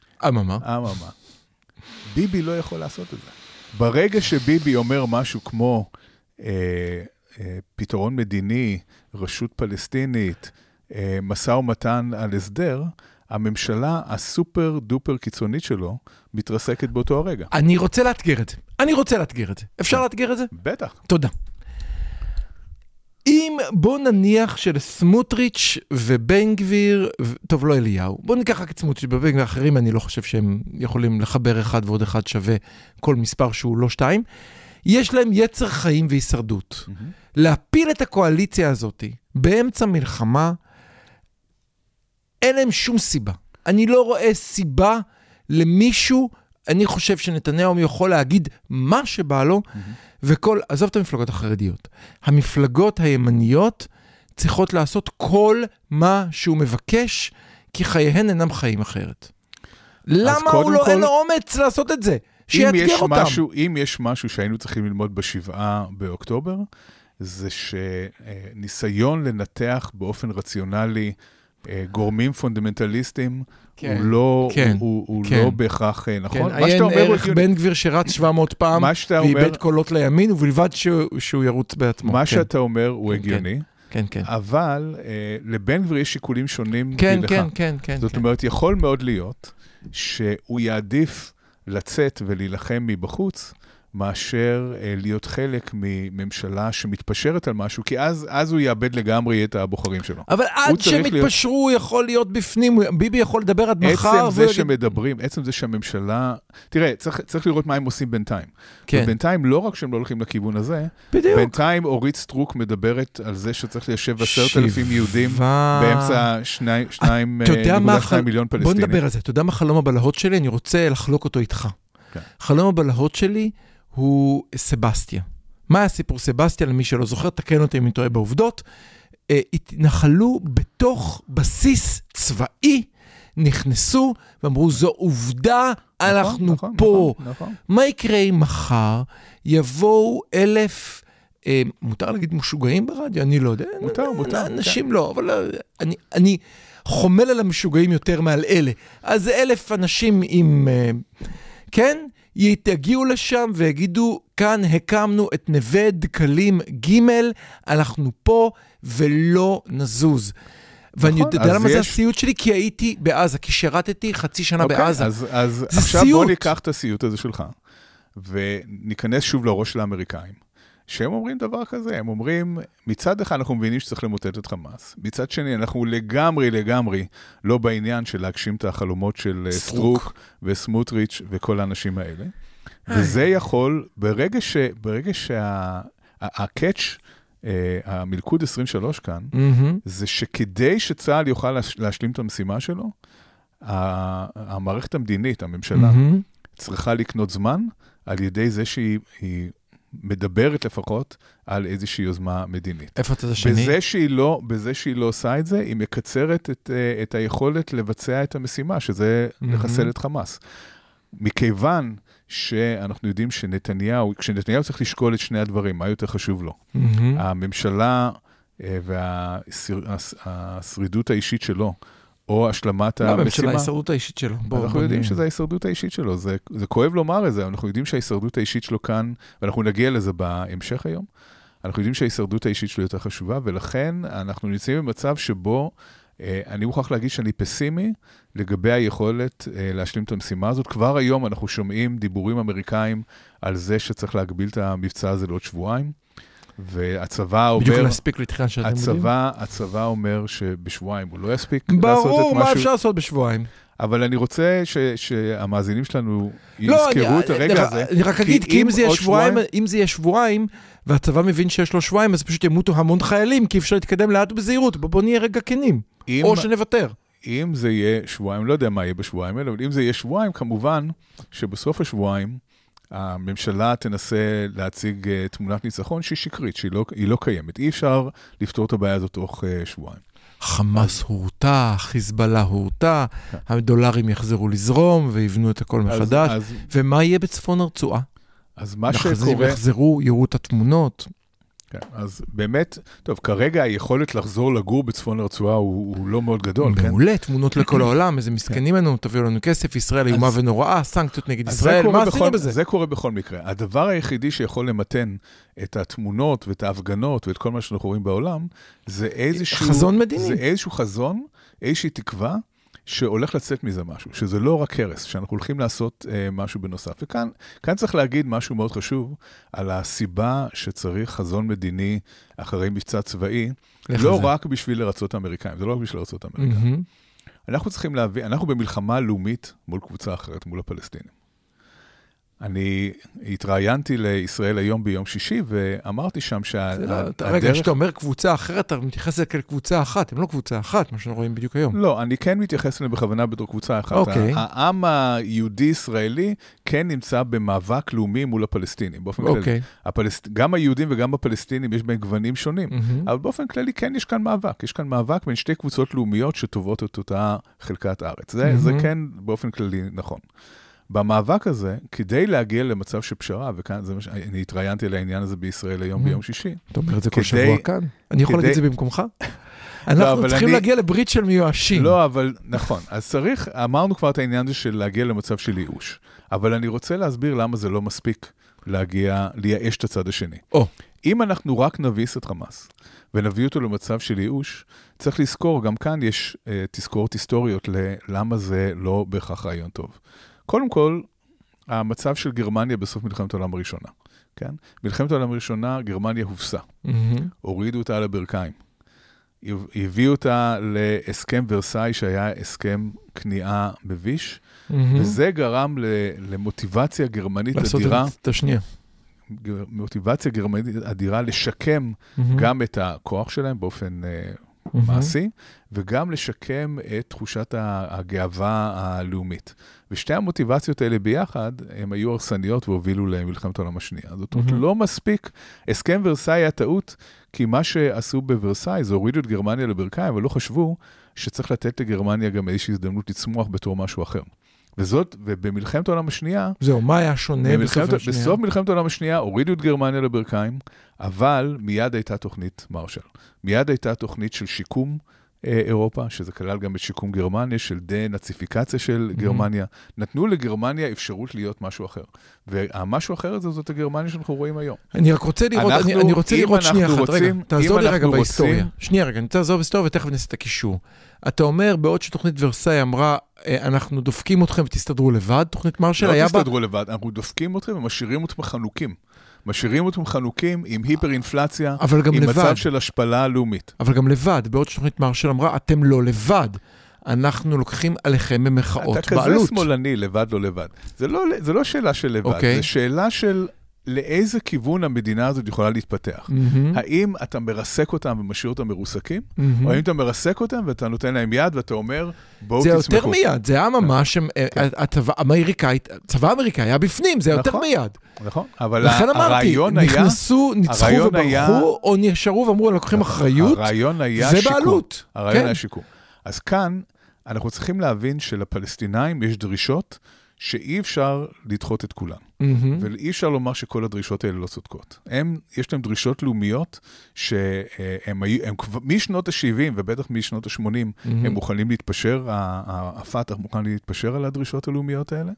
ביבי לא יכול לעשות את זה. ברגע שביבי אומר משהו כמו פתרון מדיני, רשות פלסטינית, מסע ומתן על הסדר, הממשלה הסופר דופר קיצונית שלו מתרסקת באותו הרגע.
אני רוצה לאתגר את זה. אפשר לאתגר את זה?
בטח.
תודה. אם בוא נניח שלסמוטריץ' ובן גביר, טוב לא אליהו, בוא ניקח רק את סמוטריץ' ובן גביר אחרים, אני לא חושב שהם יכולים לחבר אחד ועוד אחד שווה כל מספר שהוא לא 2, יש להם יצר חיים והישרדות. להפיל את הקואליציה הזאת באמצע מלחמה, אין להם שום סיבה. אני לא רואה סיבה למישהו, אני חושב שנתניהו יכול להגיד מה שבא לו, עזוב את המפלגות החרדיות. המפלגות הימניות צריכות לעשות כל מה שהוא מבקש, כי חייהן אינם חיים אחרת. למה הוא לא, אין לו אומץ לעשות את זה? שיאתגר אותם.
אם יש משהו שהיינו צריכים ללמוד ב7 באוקטובר, זה שניסיון לנתח באופן רציונלי גורמים פונדמנטליסטים, הוא לא בהכרח נכון.
עיין ערך בן גביר שרץ 700 פעם, ואיבד קולות לימין, ובלבד שהוא ירוץ בעצמו.
מה שאתה אומר הוא הגיוני, אבל לבן גביר יש שיקולים שונים מלך. זאת אומרת, יכול מאוד להיות שהוא יעדיף לצאת ולהילחם מבחוץ, מאשר להיות חלק מממשלה שמתפשרת על משהו, כי אז הוא יאבד לגמרי את הבוחרים שלו.
אבל עד שמתפשרו הוא יכול להיות בפנים, ביבי יכול לדבר עד מחר.
עצם זה שהממשלה, תראה, צריך לראות מה הם עושים בינתיים. ובינתיים לא רק שהם לא הולכים לכיוון הזה, בינתיים אורית סטרוק מדברת על זה שצריך ליישב 10,000 יהודים באמצע 2.2 מיליון פלסטינים.
בוא נדבר על זה. אתה יודע מה חלום הבלהות שלי? אני רוצה לחלוק אותו איתך. חלום הבלהות שלי הוא סבסטיה. מה הסיפור סבסטיה? למי שלא זוכר, תקן אותי אם אני טועה בעובדות. התנחלו בתוך בסיס צבאי, נכנסו ואמרו, זו עובדה, אנחנו פה. מה יקרה אם מחר יבואו 1,000, מותר להגיד משוגעים ברדיו? אני לא יודע.
מותר.
אנשים לא, אבל אני חומל על המשוגעים יותר מעל אלה. אז 1,000 אנשים עם, כן? יתגיעו לשם ויגידו, כאן הקמנו את נווה דקלים ג', אנחנו פה ולא נזוז. ואני יודע למה זה הסיוט שלי, כי הייתי בעזה, כי שירתתי חצי שנה בעזה.
אז עכשיו בוא ניקח את הסיוט הזה שלך, וניכנס שוב לראש של האמריקאים, שהם אומרים דבר כזה, הם אומרים, מצד אחד אנחנו מבינים שצריך למוטט את חמאס, מצד שני אנחנו לגמרי לא בעניין של להגשים את החלומות של סטרוק וסמוטריץ' וכל האנשים האלה, וזה יכול, ברגע שהקאץ' המלכוד 23 כאן, זה שכדי שצה"ל יוכל להשלים את המשימה שלו, המערכת המדינית, הממשלה, צריכה לקנות זמן על ידי זה שהיא מדברת לפחות על איזושהי יוזמה מדינית.
איפה אתה שני?
בזה שהיא לא עושה את זה, היא מקצרת את היכולת לבצע את המשימה, שזה לחסל את חמאס. מכיוון שאנחנו יודעים כשנתניהו צריך לשקול את שני הדברים, מה יותר חשוב לו? הממשלה והשרידות האישית שלו, או השלמת המשימה.
הממשלה, ההישרדות האישית שלו.
אנחנו יודעים שזה ההישרדות האישית שלו. זה כואב לומר את זה, אנחנו יודעים שההישרדות האישית שלו כאן, ואנחנו נגיע לזה בהמשך היום, אנחנו יודעים שההישרדות האישית שלו יותר חשובה, ולכן אנחנו נמצאים במצב שבו, אני מוכרח להגיד שאני פסימי, לגבי היכולת להשלים את המשימה הזאת. כבר היום אנחנו שומעים דיבורים אמריקאים על זה שצריך להגביל את המבצע הזה לעוד שבועיים, והצבא אומר,
בדיוק להספיק לתחילה שאתם יודעים?
הצבא אומר שבשבועיים הוא לא יספיק
לעשות את משהו. ברור, מה אפשר לעשות בשבועיים?
אבל אני רוצה שהמאזינים שלנו יזכרו את הרגע הזה.
אני רק אגיד, כי אם זה יהיה שבועיים, והצבא מבין שיש לו שבועיים, אז פשוט ימותו המון חיילים, כי אפשר להתקדם לאט בזהירות. בוא נהיה רגע כנים, או שנוותר.
אם זה יהיה שבועיים, לא יודע מה יהיה בשבועיים האלה, אבל אם זה יהיה שבועיים, כמובן שבסוף השבועיים, הממשלה תנסה להציג תמונת ניצחון שהיא שקרית, שהיא לא קיימת. אי אפשר לפתור את הבעיה הזאת תוך שבועיים.
חמאס הורתה, חיזבאללה הורתה, הדולרים יחזרו לזרום ויבנו את הכל מחדש. ומה יהיה בצפון הרצועה?
אז מה שקורה...
יחזרו, יראו את התמונות.
כן, אז באמת, טוב, כרגע היכולת לחזור לגור בצפון הרצועה הוא לא מאוד גדול, כן?
מעולה, תמונות לכל העולם, איזה מסכנים לנו, תביאו לנו כסף, ישראל איומה ונוראה, סנקציות נגד ישראל, מה עשינו בזה?
זה קורה בכל מקרה. הדבר היחידי שיכול למתן את התמונות ואת ההפגנות ואת כל מה שאנחנו רואים בעולם, זה איזשהו...
חזון מדיני.
זה איזשהו חזון, איזושהי תקווה, שהולך לצאת מזה משהו, שזה לא רק הרס, שאנחנו הולכים לעשות משהו בנוסף. וכאן צריך להגיד משהו מאוד חשוב, על הסיבה שצריך חזון מדיני אחרי מבצע צבאי, לא רק בשביל לרצות האמריקאים, זה לא רק בשביל לרצות האמריקאים. אנחנו צריכים להבין, אנחנו במלחמה לאומית מול קבוצה אחרת, מול הפלסטינים. אני התראיינתי לישראל היום ביום שישי, ואמרתי שם
רגע, כשאתה אומר קבוצה אחרת, אתה מתייחס לזה כקבוצה אחת, הם לא קבוצה אחת, מה שאנחנו רואים בדיוק היום.
לא, אני כן מתייחס לזה בכוונה בתור קבוצה אחת. העם היהודי-ישראלי כן נמצא במאבק לאומי מול הפלסטינים, באופן כללי. גם היהודים וגם הפלסטינים יש בהם גוונים שונים, אבל באופן כללי כן יש כאן מאבק. יש כאן מאבק בין שתי קבוצות לאומיות שטובות את אותה חלקת הארץ. זה כן באופן כללי נכון. במאבק הזה, כדי להגיע למצב של פשרה, וכאן אני התראיינתי על העניין הזה בישראל היום ביום שישי.
אתה אומר את זה כל שבוע כאן? אני יכול להגיד את זה במקומך? אנחנו צריכים להגיע לברית של מיואשים.
לא, אבל נכון. אז אמרנו כבר את העניין הזה של להגיע למצב של ייאוש. אבל אני רוצה להסביר למה זה לא מספיק לייאש את הצד השני. אם אנחנו רק נביס את חמאס, ונביא אותו למצב של ייאוש, צריך לזכור, גם כאן יש תזכורות היסטוריות ללמה זה לא בהכרח רעיון טוב. קודם כל, המצב של גרמניה בסוף מלחמת העולם הראשונה, כן? מלחמת העולם הראשונה, גרמניה הובסה. הורידו אותה על הברכיים. הביאו אותה להסכם ורסאי שהיה הסכם כניעה מביש, וזה גרם למוטיבציה גרמנית אדירה.
לעשות את השנייה.
מוטיבציה גרמנית אדירה לשקם גם את הכוח שלהם באופן מעשי, וגם לשקם את תחושת הגאווה הלאומית. ושתי המוטיבציות האלה ביחד, הם היו הרסניות והובילו למלחמת העולם השנייה. זאת אומרת, לא מספיק. הסכם ורסאי היה טעות, כי מה שעשו בוורסאי, זה הורידו את גרמניה לברכיים, אבל לא חשבו שצריך לתת לגרמניה גם איזושהי הזדמנות לצמוח בתור משהו אחר. ובמלחמת העולם השנייה...
זהו, מה היה שונה בסוף השנייה?
בסוף מלחמת העולם השנייה הורידו את גרמניה לברכיים, אבל מיד הייתה תוכנית מרשל. מיד הייתה תוכנית של שיקום אירופה, שזה כלל גם את שיקום גרמניה, של דנאציפיקציה של גרמניה. נתנו לגרמניה אפשרות להיות משהו אחר. והמשהו אחר הזה זאת הגרמניה שאנחנו רואים היום.
אני רק רוצה לראות שנייה אחת, רגע, תעזור לי רגע בהיסטוריה. שנייה רגע, אני רוצה לעזור בהיסטוריה ותכף נעשה את הקישור. אתה אומר, בעוד שתוכנית ורסאי אמרה, אנחנו דופקים אתכם ותסתדרו לבד, תוכנית מרשל היה בה...
לא תסתדרו לבד, אנחנו דופקים אתכם ומשאירים אתכם חנוקים. משאירים אותם חנוקים עם היפר-אינפלציה, עם מצב של השפלה לאומית.
אבל גם לבד, בעוד שתוכנית מרשל אמרה, אתם לא לבד. אנחנו לוקחים עליכם במחאות בעלות.
אתה כזה שמאלני, לבד לא לבד. זה לא שאלה של לבד, זה שאלה של לאיזה כיוון המדינה הזאת יכולה להתפתח. האם אתה מרסק אותם ומשאיר אותם מרוסקים, או האם אתה מרסק אותם ואתה נותן להם יד ואתה אומר, בואו תצמחו.
זה יותר מיד, זה היה ממש, הצבא האמריקאי היה בפנים, זה יותר מיד.
נכון, אבל הרעיון היה...
נכנסו, ניצחו וברחו, או נשארו ואמרו, לקוחים אחריות, זה בעלות.
הרעיון היה שיקום. אז כאן אנחנו צריכים להבין שלפלסטינאים יש דרישות שאי אפשר לדחות את כולם. ואי אפשר לומר שכל הדרישות האלה לא צודקות. יש להם דרישות לאומיות שהם משנות ה-70 ובטח משנות ה-80 הם מוכנים להתפשר, הפתח מוכן להתפשר על הדרישות הלאומיות האלה,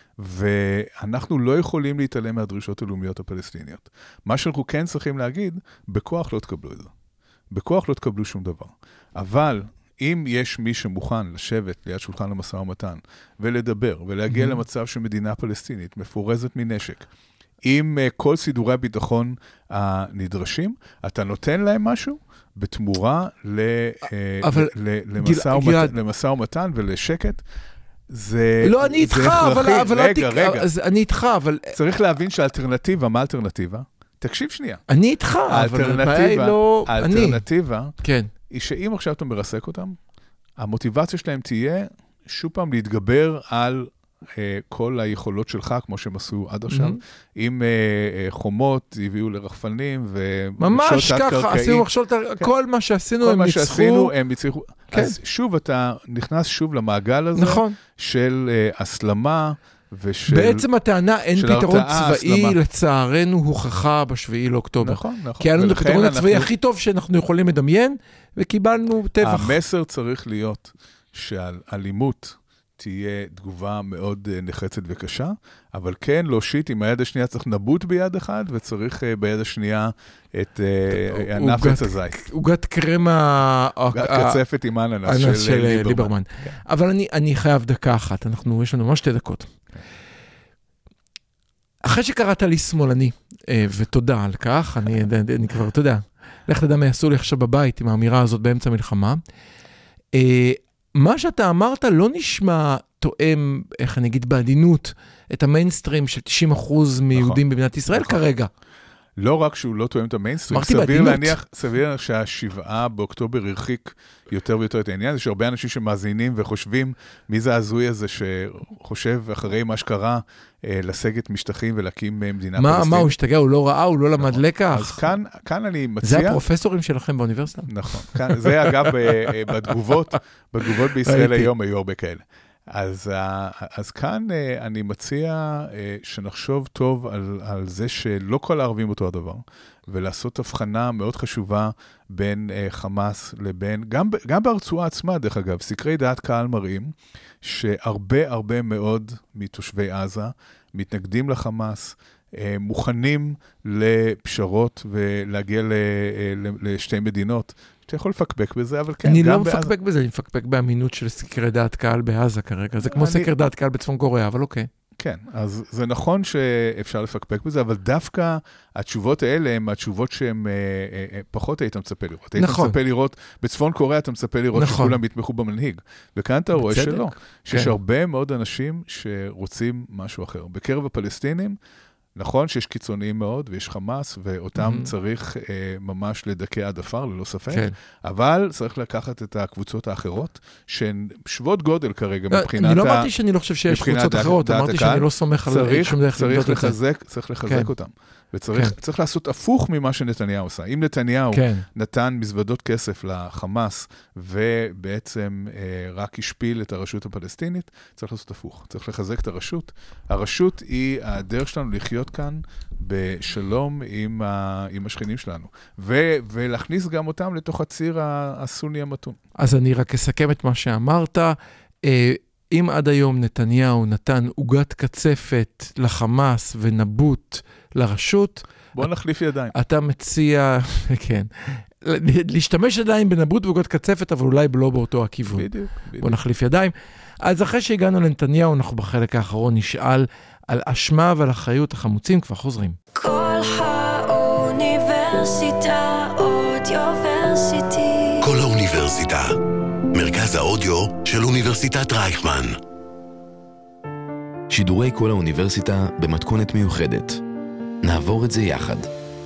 ואנחנו לא יכולים להתעלם מהדרישות הלאומיות הפלסטיניות. מה שאנחנו כן צריכים להגיד, בכוח לא תקבלו את זה. בכוח לא תקבלו שום דבר. אבל אם יש מי שמוכן לשבת ליד שולחן המשא ומתן ולדבר ולהגיע למצב של מדינה פלסטינית מפורזת מנשק, עם כל סידורי הביטחון הנדרשים, אתה נותן להם משהו בתמורה למשא ומתן ולשקט. זה...
לא, אני איתך, אבל...
רגע.
אני איתך, אבל...
צריך להבין שהאלטרנטיבה, מה האלטרנטיבה? תקשיב שנייה.
אני איתך, אבל הבעיה היא לא...
האלטרנטיבה,
כן.
היא שאם עכשיו אתה מרסק אותם, המוטיבציה שלהם תהיה שוב פעם להתגבר על כל היכולות שלך, כמו שהם עשו עד עכשיו, עם חומות, הביאו לרחפנים,
ממש ככה, עשינו מכשול, כל מה שעשינו הם ניצחו.
אז שוב אתה נכנס שוב למעגל הזה, של הסלמה,
בעצם הטענה אין פתרון צבאי לצערנו הוכחה ב7 לאוקטובר.
נכון.
כי היה לנו את הפתרון הצבאי הכי טוב שאנחנו יכולים לדמיין, וקיבלנו טבח.
המסר צריך להיות שעל אלימות תהיה תגובה מאוד נחרצת וקשה, אבל כן להושיט עם היד השנייה צריך נבוט ביד אחד, וצריך ביד השנייה את הנפץ הזית.
עוגת קרמה...
עוגת קצפת עם אננס של ליברמן.
אבל אני חייב דקה אחת, יש לנו ממש 2 דקות. אחרי שקראת לי שמאלני, ותודה על כך, אני כבר, אתה יודע, לך תדע מה יעשו לי עכשיו בבית עם האמירה הזאת באמצע מלחמה, מה שאתה אמרת לא נשמע תואם, איך אני אגיד בעדינות, את המיינסטרים של 90% מיהודים במדינת ישראל כרגע.
לא רק שהוא לא תואם את המיינסטרים, סביר להניח שה7 באוקטובר הרחיק יותר ויותר את העניין, יש הרבה אנשים שמאזינים וחושבים מי זה הזוי הזה שחושב אחרי מה שקרה לסגת משטחים ולהקים מדינה פלסטינית.
מה הוא השתגע? הוא לא ראה? הוא לא למד לקח?
אז כאן אני מציע...
זה הפרופסורים שלכם באוניברסיטה?
נכון. זה אגב בתגובות בישראל היום היו הרבה כאלה. אז כאן אני מציע שנחשוב טוב על זה שלא כל הערבים אותו הדבר, ולעשות הבחנה מאוד חשובה בין חמאס לבין, גם ברצועה עצמה דרך אגב, סקרי דעת קהל מראים שהרבה מאוד מתושבי עזה מתנגדים לחמאס, מוכנים לפשרות ולהגיע לשתי מדינות. אתה יכול לפקפק בזה, אבל כן.
אני לא מפקפק בזה, אני מפקפק באמינות של סקרי דעת קהל בעזה כרגע. זה כמו סקר דעת קהל בצפון קוריאה, אבל אוקיי.
כן, אז זה נכון שאפשר לפקפק בזה, אבל דווקא התשובות האלה הן התשובות שהן פחות היית מצפה לראות. היית מצפה לראות, בצפון קוריאה אתה מצפה לראות שכולם יתמכו במנהיג. וכאן אתה רואה שלא, שיש הרבה מאוד אנשים שרוצים משהו אחר. בקרב הפלסטינים, נכון שיש קיצוניים מאוד, ויש חמאס, ואותם צריך ממש לדכא עד אפר, ללא ספק, אבל צריך לקחת את הקבוצות האחרות, שהן שוות גודל כרגע מבחינת...
אני לא אמרתי שאני לא חושב שיש קבוצות אחרות, אמרתי שאני לא סומך על שום דרך לבדוק את זה.
צריך לחזק אותם. וצריך לעשות הפוך ממה שנתניהו עושה. אם נתניהו נתן מזוודות כסף לחמאס, ובעצם רק השפיל את הרשות הפלסטינית, צריך לעשות הפוך. צריך לחזק את הרשות. הרשות היא הדרך שלנו לחיות כאן בשלום עם השכנים שלנו. ולהכניס גם אותם לתוך הציר הסוני המתון.
אז אני רק אסכם את מה שאמרת. אם עד היום נתניהו נתן עוגת קצפת לחמאס ונבוט לרשות,
בוא נחליף ידיים.
אתה מציע, כן, להשתמש ידיים בנבוט ועוגת קצפת, אבל אולי לא באותו הכיוון.
בדיוק.
בוא נחליף ידיים. אז אחרי שהגענו לנתניהו, אנחנו בחלק האחרון נשאל על אשמה ועל אחריות. החמוצים כבר חוזרים.
כל האוניברסיטה אודיוורסיטי.
כל האוניברסיטה. מרכז האודיו של אוניברסיטת רייכמן.
שידורי כל האוניברסיטה במתכונת מיוחדת. נעבור את זה יחד.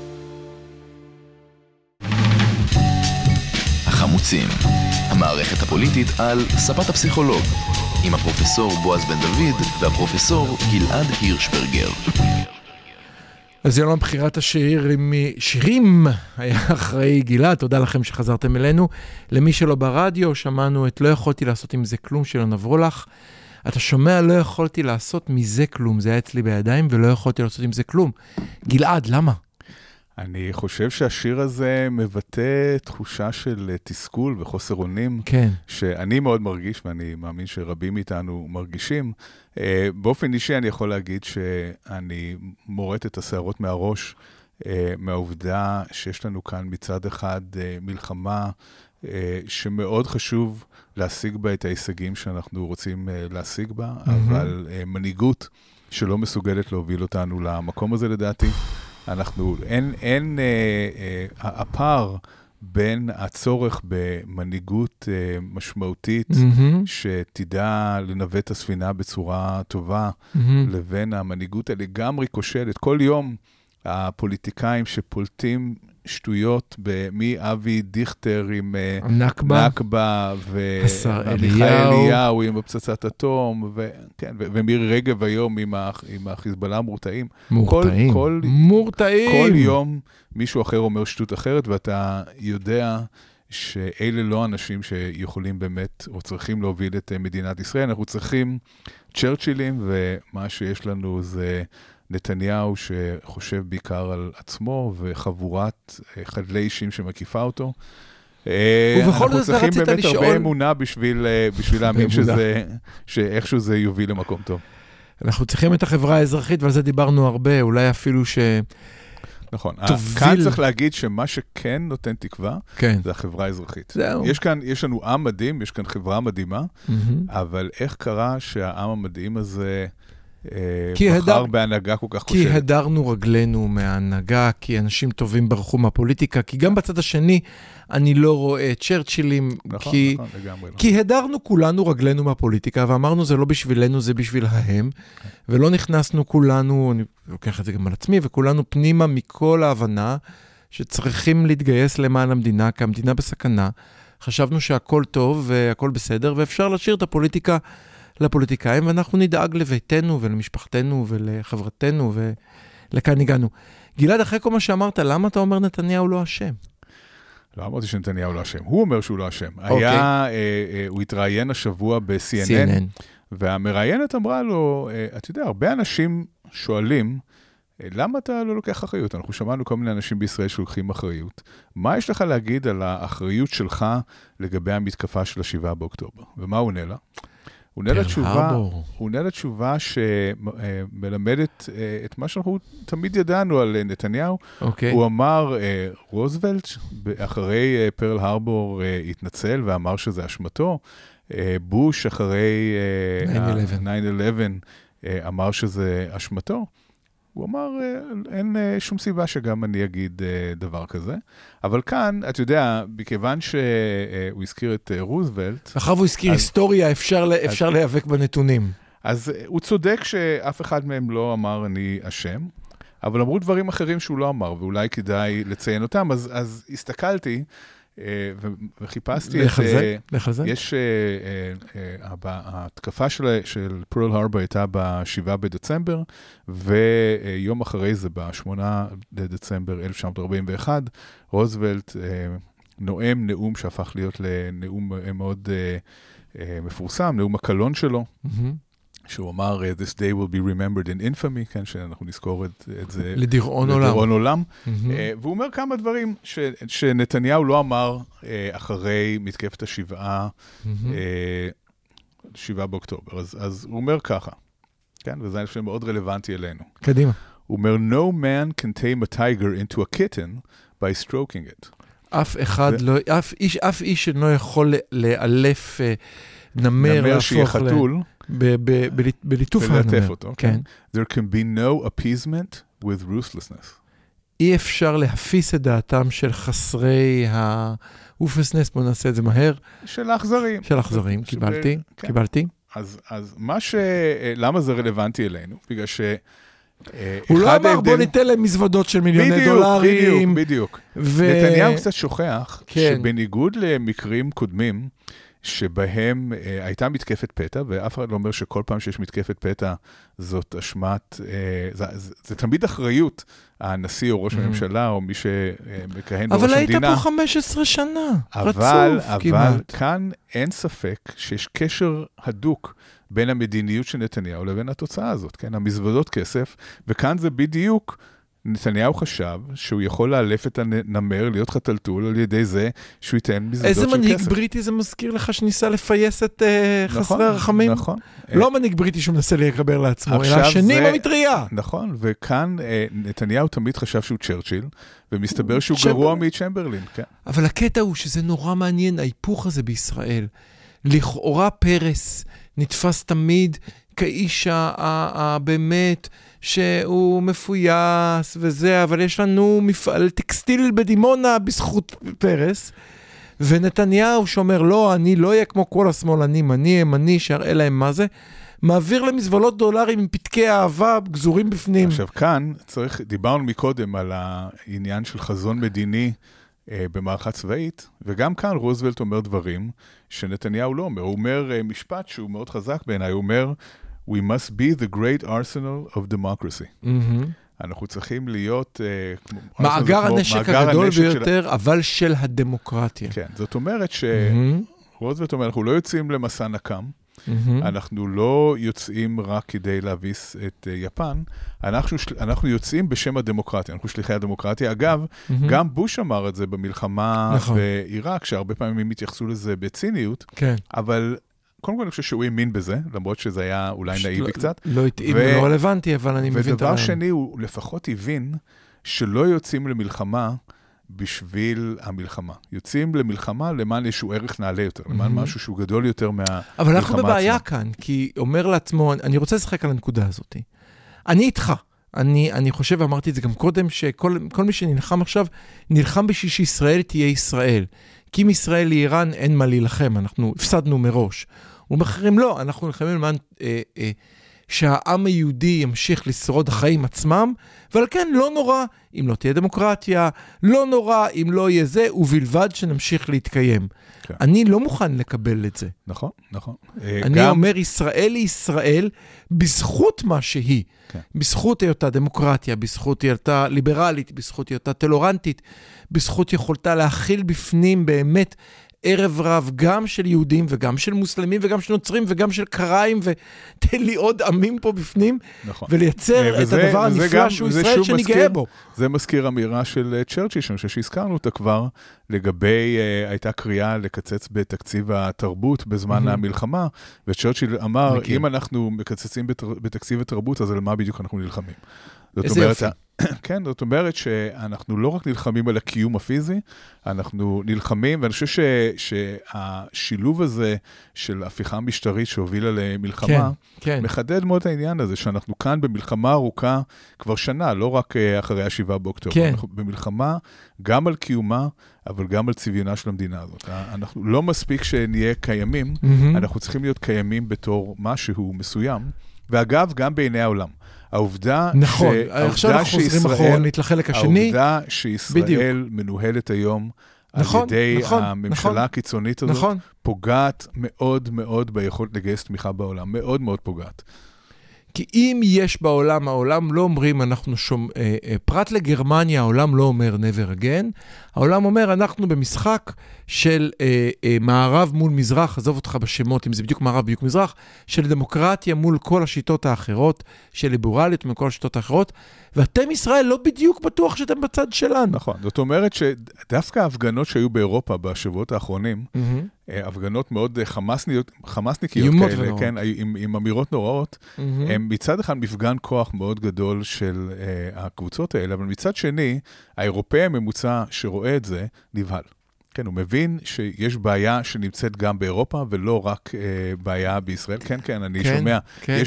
החמוצים, המערכת הפוליטית על ספת הפסיכולוג, עם הפרופסור בועז בן דוד והפרופסור גלעד הירשברגר.
אז יום בחירת שירים היה אחראי גלעד, תודה לכם שחזרתם אלינו. למי שלא ברדיו, שמענו את לא יכולתי לעשות עם זה כלום שלא נבוא לך. אתה שומע לא יכולתי לעשות מזה כלום, זה היה אצלי בידיים ולא יכולתי לעשות עם זה כלום. גלעד, למה?
אני חושב שהשיר הזה מבטא תחושה של תסכול וחוסר אונים,
כן.
שאני מאוד מרגיש, ואני מאמין שרבים מאיתנו מרגישים. באופן אישי אני יכול להגיד שאני מורט את השערות מהראש, מהעובדה שיש לנו כאן מצד אחד מלחמה, שמאוד חשוב להשיג בה את ההישגים שאנחנו רוצים להשיג בה, אבל מנהיגות שלא מסוגלת להוביל אותנו למקום הזה לדעתי, הפער בין הצורך במנהיגות משמעותית, שתדע לנווט את הספינה בצורה טובה, לבין המנהיגות לגמרי כושלת. כל יום הפוליטיקאים שפולטים שטויות מאבי דיכטר עם נקבה, ומיכאל אליהו עם הפצצת אטום, ומירי רגב היום עם החיזבאללה מורתעים. כל יום מישהו אחר אומר שטות אחרת, ואתה יודע שאלה לא אנשים שיכולים באמת, או צריכים להוביל את מדינת ישראל. אנחנו צריכים צ'רצ'ילים, ומה שיש לנו זה נתניהו שחושב בעיקר על עצמו, וחבורת חדלי אישים שמקיפה אותו.
ובכל זאת
אנחנו צריכים באמת הרבה אמונה בשביל להאמין שאיכשהו זה יוביל למקום טוב.
אנחנו צריכים את החברה האזרחית, ועל זה דיברנו הרבה, אולי אפילו
נכון. כאן צריך להגיד שמה שכן נותן תקווה, זה החברה האזרחית. יש לנו עם מדהים, יש כאן חברה מדהימה, אבל איך קרה שהעם המדהים הזה בחר בהנהגה כל כך כושלת?
כי הדרנו רגלינו מההנהגה, כי אנשים טובים ברחו מהפוליטיקה, כי גם בצד השני אני לא רואה צ'רצ'ילים, כי הדרנו כולנו רגלינו מהפוליטיקה, ואמרנו זה לא בשבילנו, זה בשבילהם, ולא נכנסנו כולנו, אני לוקח את זה גם על עצמי, וכולנו פנימה מכל ההבנה שצריכים להתגייס למען המדינה, כי המדינה בסכנה. חשבנו שהכל טוב והכל בסדר, ואפשר להשאיר את הפוליטיקה לפוליטיקאים, ואנחנו נדאג לביתנו ולמשפחתנו ולחברתנו, ולכאן הגענו. גלעד, אחרי כל מה שאמרת, למה אתה אומר נתניהו לא אשם?
לא אמרתי שנתניהו לא אשם, הוא אומר שהוא לא אשם. הוא התראיין השבוע ב-CNN, והמראיינת אמרה לו, אתה יודע, הרבה אנשים שואלים, למה אתה לא לוקח אחריות? אנחנו שמענו כל מיני אנשים בישראל שלוקחים אחריות. מה יש לך להגיד על האחריות שלך לגבי המתקפה של 7 באוקטובר? ומה הוא עונה לה? הוא עונה לתשובה שמלמדת את מה שאנחנו תמיד ידענו על נתניהו. הוא אמר, רוזוולט, אחרי פרל הרבור התנצל ואמר שזה אשמתו. בוש, אחרי 9/11, אמר שזה אשמתו. הוא אמר, אין שום סיבה שגם אני אגיד דבר כזה. אבל כאן, אתה יודע, מכיוון שהוא הזכיר את רוזוולט...
אחר הוא הזכיר היסטוריה, אפשר להיאבק בנתונים.
אז הוא צודק שאף אחד מהם לא אמר אני אשם, אבל אמרו דברים אחרים שהוא לא אמר, ואולי כדאי לציין אותם. אז הסתכלתי וחיפסתי יש ההתקפה של פרל הרבור הייתה ב7 בדצמבר, ויום אחרי זה ב8 לדצמבר 1941, רוזוולט נואם נאום שהפך להיות לנאום מאוד מפורסם, נאום הקלון שלו, שהוא אמר, this day will be remembered in infamy, כן, שאנחנו נזכור את זה לדיראון עולם. והוא אומר כמה דברים שנתניהו לא אמר אחרי מתקפת 7 באוקטובר. אז הוא אומר ככה, כן, וזה אני חושב מאוד רלוונטי אלינו.
קדימה.
הוא אומר, no man can tame a tiger into a kitten by stroking it.
אף איש לא יכול לאלף נמר
שיהיה חתול,
בליטוף
ולטף אותו. כן. There can be no appeasement with ruthlessness.
אי אפשר להפיס את דעתם של חסרי האופסנס, בוא נעשה את זה מהר.
של האכזרים.
של האכזרים, קיבלתי.
אז למה זה רלוונטי אלינו? בגלל ש...
הוא לא אמר בוא ניתן להם מזוודות של מיליוני דולרים.
בדיוק. נתניהו קצת שוכח שבניגוד למקרים קודמים, שבהם הייתה מתקפת פתע, ואף אחד לא אומר שכל פעם שיש מתקפת פתע, זאת אשמת, זה תמיד אחריות, הנשיא או ראש הממשלה, או מי שמכהן בראש המדינה.
אבל היית פה 15 שנה, רצוף
אבל כאן אין ספק שיש קשר הדוק בין המדיניות של נתניהו לבין התוצאה הזאת, כן? המזוודות כסף, וכאן זה בדיוק, נתניהו חשב שהוא יכול לאלף את הנמר, להיות חתלתול על ידי זה שהוא ייתן מזוודות של כסף.
איזה מנהיג בריטי זה מזכיר לך שניסה לפייס את חסרי הרחמים?
נכון.
לא מנהיג בריטי שהוא מנסה להיקבר לעצמו, אלא השני במטריה.
נכון, וכאן נתניהו תמיד חשב שהוא צ'רצ'יל, ומסתבר שהוא גרוע מצ'מברלין.
אבל הקטע הוא שזה נורא מעניין, ההיפוך הזה בישראל. לכאורה פרס נתפס תמיד כאיש באמת שהוא מפויס וזה, אבל יש לנו מפעל טקסטיל בדימונה בזכות פרס, ונתניהו שאומר, לא, אני לא אהיה כמו כל השמאלנים, אני ימני, שיראה להם מה זה, מעביר למזבלות דולרים עם פתקי אהבה גזורים בפנים.
עכשיו כאן דיברנו מקודם על העניין של חזון מדיני במערכה צבאית, וגם כאן רוזוולט אומר דברים שנתניהו לא אומר. הוא אומר משפט שהוא מאוד חזק בעיניי, הוא אומר, We must be the great arsenal of democracy. אנחנו צריכים להיות
מאגר הנשק הגדול ביותר, אבל של הדמוקרטיה.
כן, זאת אומרת שרוזוולט אומר, אנחנו לא יוצאים למסע נקם, אנחנו לא יוצאים רק כדי להביס את יפן, אנחנו יוצאים בשם הדמוקרטיה, אנחנו שליחי הדמוקרטיה. אגב, גם בוש אמר את זה במלחמה בעיראק, שהרבה פעמים התייחסו לזה בציניות, אבל קודם כל אני חושב שהוא האמין בזה, למרות שזה היה אולי נאיבי קצת.
לא התאים, לא רלוונטי, אבל אני מבין את
ודבר שני, הוא לפחות הבין שלא יוצאים למלחמה בשביל המלחמה. יוצאים למלחמה למען איזשהו ערך נעלה יותר, למען משהו שהוא גדול יותר מהמלחמה עצמה.
אבל אנחנו בבעיה כאן, כי אומר לעצמו, אני רוצה לשחק על הנקודה הזאת. אני איתך. אני חושב, ואמרתי את זה גם קודם, שכל מי שנלחם עכשיו, נלחם בשביל שישראל תהיה ישראל. כי אם ישראל לאיראן אין מה להילחם, אנחנו הפסדנו מראש. ומאחרים לא, אנחנו נלחמים למען שהעם היהודי ימשיך לשרוד החיים עצמם, אבל כן, לא נורא אם לא תהיה דמוקרטיה, לא נורא אם לא יהיה זה, ובלבד שנמשיך להתקיים. כן. אני לא מוכן לקבל את זה.
נכון, נכון.
אני אומר, ישראל היא ישראל בזכות מה שהיא. כן. בזכות היותה דמוקרטיה, בזכות היותה ליברלית, בזכות היותה טולרנטית, בזכות יכולתה להכיל בפנים באמת ערב רב גם של יהודים וגם של מוסלמים וגם של נוצרים וגם של קראים, ותן לי עוד עמים פה בפנים, נכון. ולייצר את הדבר הנפלא שהוא ישראל שנגאה בו.
זה מזכיר אמירה של צ'רצ'יל, שאני חושב שהזכרנו אותה כבר, לגבי, הייתה קריאה לקצץ בתקציב התרבות בזמן המלחמה, וצ'רצ'יל אמר, אם אנחנו מקצצים בתקציב התרבות, אז על מה בדיוק אנחנו נלחמים?
איזה יופי.
כן, זאת אומרת שאנחנו לא רק נלחמים על הקיום הפיזי, אנחנו נלחמים, ואני חושב שהשילוב הזה של הפיכה משטרית שהובילה למלחמה, מחדד מאוד העניין הזה, שאנחנו כאן במלחמה ארוכה כבר שנה, לא רק אחרי ה7 באוקטובר, אנחנו במלחמה גם על קיומה, אבל גם על צביונה של המדינה הזאת. אנחנו לא מספיק שנהיה קיימים, אנחנו צריכים להיות קיימים בתור משהו מסוים, ואגב, גם בעיני העולם. העובדה
נכון, עכשיו אנחנו חוזרים אחרונית לחלק השני.
העובדה שישראל מנוהלת היום על ידי הממשלה הקיצונית הזאת, פוגעת מאוד מאוד ביכולת לגייס תמיכה בעולם, מאוד מאוד פוגעת.
כי אם יש בעולם, העולם לא אומרים, פרט לגרמניה, העולם לא אומר never again, העולם אומר, אנחנו במשחק של מערב מול מזרח, עזוב אותך בשמות, אם זה בדיוק מערב, בדיוק מזרח, של דמוקרטיה מול כל השיטות האחרות, של ליברליות מול כל השיטות האחרות, ואתם ישראל לא בדיוק בטוח שאתם בצד שלנו.
נכון, זאת אומרת שדווקא ההפגנות שהיו באירופה בשבועות האחרונים, הפגנות מאוד חמאסניקיות כאלה, כן, עם אמירות נוראות, הם מצד אחד מפגן כוח מאוד גדול של הקבוצות האלה, אבל מצד שני, האירופאי הממוצע שרואה את זה, נבהל. כן, הוא מבין שיש בעיה שנמצאת גם באירופה, ולא רק בעיה בישראל. כן, כן, אני שומע.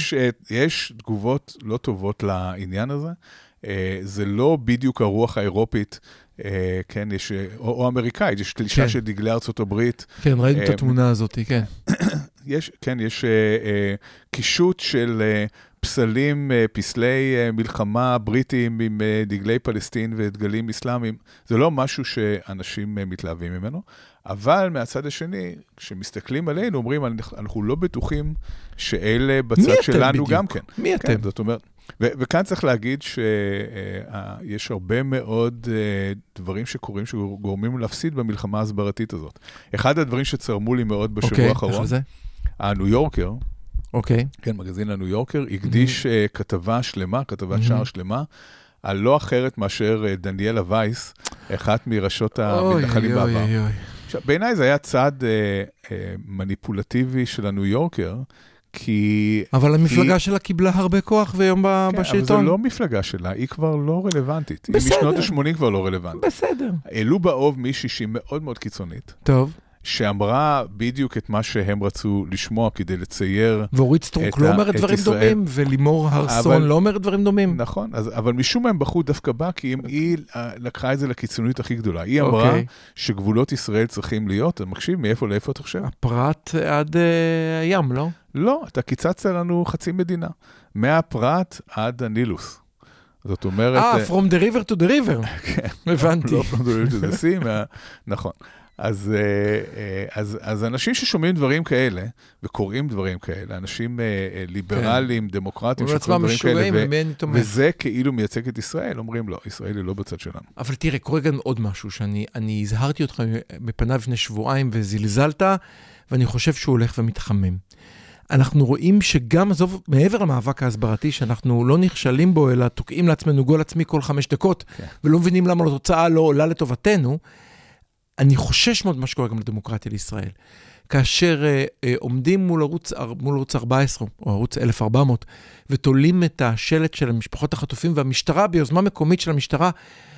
יש תגובות לא טובות לעניין הזה. זה לא בדיוק הרוח האירופית, כן, יש, או אמריקאית, יש תלישה של דגלי ארצות הברית.
כן, ראינו את התמונה הזאת, כן.
יש קישוט של פסלי מלחמה בריטים עם דגלי פלסטין ודגלים אסלאמיים. זה לא משהו שאנשים מתלהבים ממנו, אבל מהצד השני, כשמסתכלים עלינו, אומרים, אנחנו לא בטוחים שאלה בצד שלנו גם כן.
מי אתם?
זאת אומרת, וכאן צריך להגיד שיש הרבה מאוד דברים שקורים שגורמים להפסיד במלחמה ההסברתית הזאת. אחד הדברים שצרמו לי מאוד בשבוע האחרון, הניו יורקר, כן, מגזין הניו יורקר, הקדיש כתבה שלמה, כתבת שער שלמה, על לא אחרת מאשר דניאלה וייס, אחת מראשות המתנחלים בעבר. בעיניי זה היה צעד מניפולטיבי של הניו יורקר,
אבל המפלגה שלה קיבלה הרבה כוח ויום בשלטון.
אבל זו לא מפלגה שלה, היא כבר לא רלוונטית.
בסדר.
היא משנות ה-80 כבר לא רלוונטית.
בסדר.
העלו באוב מישהי שהיא מאוד מאוד קיצונית.
טוב.
שאמרה בדיוק את מה שהם רצו לשמוע כדי לצייר.
ואורית סטרוק לא אומרת דברים דומים, ולימור הרסון לא אומרת דברים דומים.
נכון, אבל משום מה הם בחרו דווקא בה, כי היא לקחה את זה לקיצוניות הכי גדולה. היא אמרה שגבולות ישראל צריכים להיות, אתה מקשיב, מאיפה לאיפה אתה חושב?
הפרט עד הים, לא?
לא, אתה קיצצת לנו חצי מדינה. מהפרט עד הנילוס. זאת אומרת...
from the river to the river. הבנתי.
לא from the river to the sea, נכון. אז אנשים ששומעים דברים כאלה, וקוראים דברים כאלה, אנשים ליברליים, דמוקרטיים, שקוראים דברים כאלה, וזה כאילו מייצג את ישראל, אומרים לא, ישראל היא לא בצד שלנו.
אבל תראה, קורה גם עוד משהו, שאני הזהרתי אותך בפניו לפני שבועיים, וזלזלת, ואני חושב שהוא הולך ומתחמם. אנחנו רואים שגם, עזוב, מעבר למאבק ההסברתי, שאנחנו לא נכשלים בו, אלא תוקעים לעצמנו גול עצמי כל 5 דקות, ולא מבינים למה התוצאה לא עולה לטובתנו, אני חושש מאוד מה שקורה גם לדמוקרטיה לישראל. כאשר עומדים מול ערוץ 14, או ערוץ 1400, ותולים את השלט של המשפחות החטופים, והמשטרה, ביוזמה מקומית של המשטרה,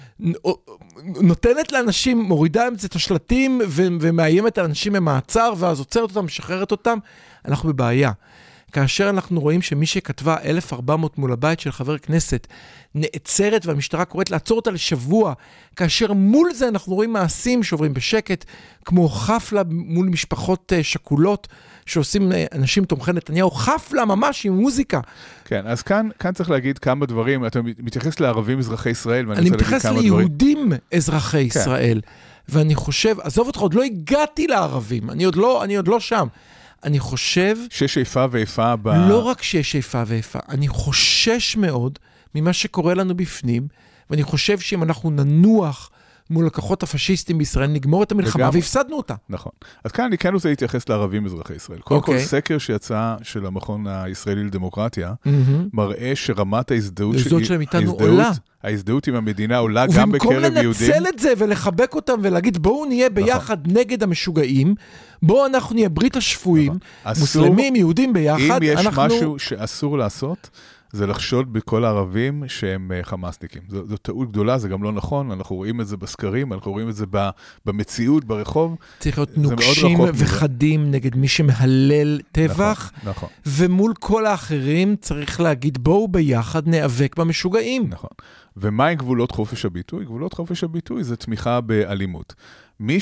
נותנת לאנשים, מורידה את השלטים, ומאיימת על אנשים ממעצר, ואז עוצרת אותם, משחררת אותם, אנחנו בבעיה. כאשר אנחנו רואים שמי שכתבה 1400 מול הבית של חבר כנסת, נעצרת והמשטרה קוראת לעצור אותה לשבוע, כאשר מול זה אנחנו רואים מעשים שעוברים בשקט, כמו חפלה מול משפחות שכולות, שעושים אנשים תומכי נתניהו, חפלה ממש עם מוזיקה.
כן, אז כאן צריך להגיד כמה דברים, אתה מתייחס לערבים אזרחי ישראל,
אני מתייחס ליהודים אזרחי ישראל, ואני חושב, עזוב אותך, עוד לא הגעתי לערבים, אני עוד לא שם. אני חושב...
שיש איפה ואיפה
לא רק שיש איפה ואיפה, אני חושש מאוד ממה שקורה לנו בפנים, ואני חושב שאם אנחנו ננוח מול לקוחות הפשיסטים בישראל, נגמור את המלחמה והפסדנו אותה.
נכון. אז כאן אני כן רוצה להתייחס לערבים אזרחי ישראל. קודם כל, סקר שיצא של המכון הישראלי לדמוקרטיה, מראה שרמת ההזדהות
שלהם איתנו עולה.
ההזדהות עם המדינה עולה גם בקרב יהודים.
ובמקום לנצל את זה ולחבק אותם ולהגיד, בואו נהיה ביחד נגד המשוגעים, בואו אנחנו נהיה ברית השפויים, מוסלמים, יהודים ביחד.
אם יש משהו שאסור לעשות, זה לחשוד בכל הערבים שהם חמאסניקים. זו טעות גדולה, זה גם לא נכון, אנחנו רואים את זה בסקרים, אנחנו רואים את זה במציאות, ברחוב.
צריך להיות נוקשים וחדים נגד מי שמהלל טבח,
נכון.
ומול כל האחרים צריך להגיד, בואו ביחד נאבק במשוגעים.
נכון. ומה עם גבולות חופש הביטוי? גבולות חופש הביטוי זה תמיכה באלימות. מי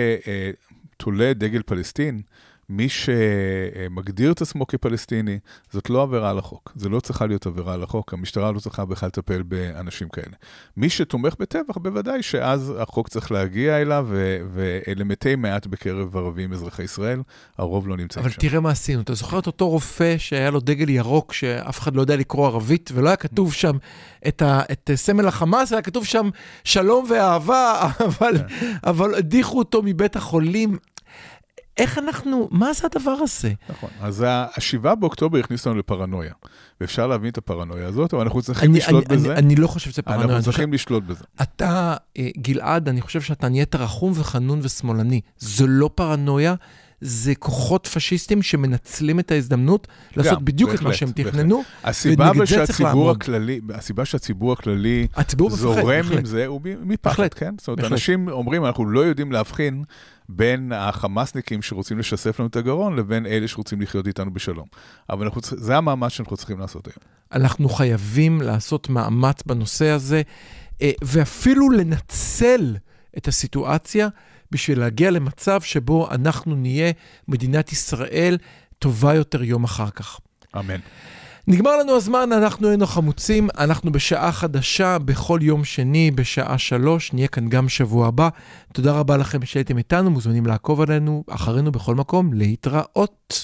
שתולה דגל פלסטין, מי שמגדיר את עצמו כפלסטיני, זאת לא עבירה על החוק. זה לא צריכה להיות עבירה על החוק. המשטרה לא צריכה בכלל לטפל באנשים כאלה. מי שתומך בטבח, בוודאי שאז החוק צריך להגיע אליו, ואלה מתי מעט בקרב ערבים אזרחי ישראל, הרוב לא נמצאים שם.
אבל תראה מה עשינו. אתה זוכר את אותו רופא שהיה לו דגל ירוק, שאף אחד לא יודע לקרוא ערבית, ולא היה כתוב שם את סמל החמאס, היה כתוב שם שלום ואהבה, אבל הדיחו אותו מבית החולים. איך אנחנו, מה זה הדבר הזה?
נכון, אז 7 באוקטובר הכניס לנו לפרנויה, ואפשר להבין את הפרנויה הזאת, אבל אנחנו צריכים לשלוט בזה.
אני לא חושב שזה פרנויה.
אנחנו צריכים לשלוט בזה.
אתה, גלעד, אני חושב שאתה נהיית רחום וחנון ושמאלני. זו לא פרנויה, זה כוחות פשיסטים שמנצלים את ההזדמנות לעשות בדיוק את מה שהם תכננו,
ונגד זה צריך לעמוד. הסיבה שהציבור הכללי זורם עם זה, הוא מפחד, כן? זאת אומרת, אנשים אומרים, אנחנו לא יודעים להבחין בין החמאסניקים שרוצים לשסף לנו את הגרון, לבין אלה שרוצים לחיות איתנו בשלום. אבל זה המאמץ שאנחנו צריכים לעשות היום.
אנחנו חייבים לעשות מאמץ בנושא הזה, ואפילו לנצל את הסיטואציה, בשביל להגיע למצב שבו אנחנו נהיה מדינת ישראל טובה יותר יום אחר כך.
אמן.
נגמר לנו הזמן, אנחנו היינו חמוצים, אנחנו בשעה חדשה, בכל יום שני, בשעה 3, נהיה כאן גם שבוע הבא. תודה רבה לכם שהייתם איתנו, מוזמנים לעקוב עלינו, אחרינו בכל מקום, להתראות.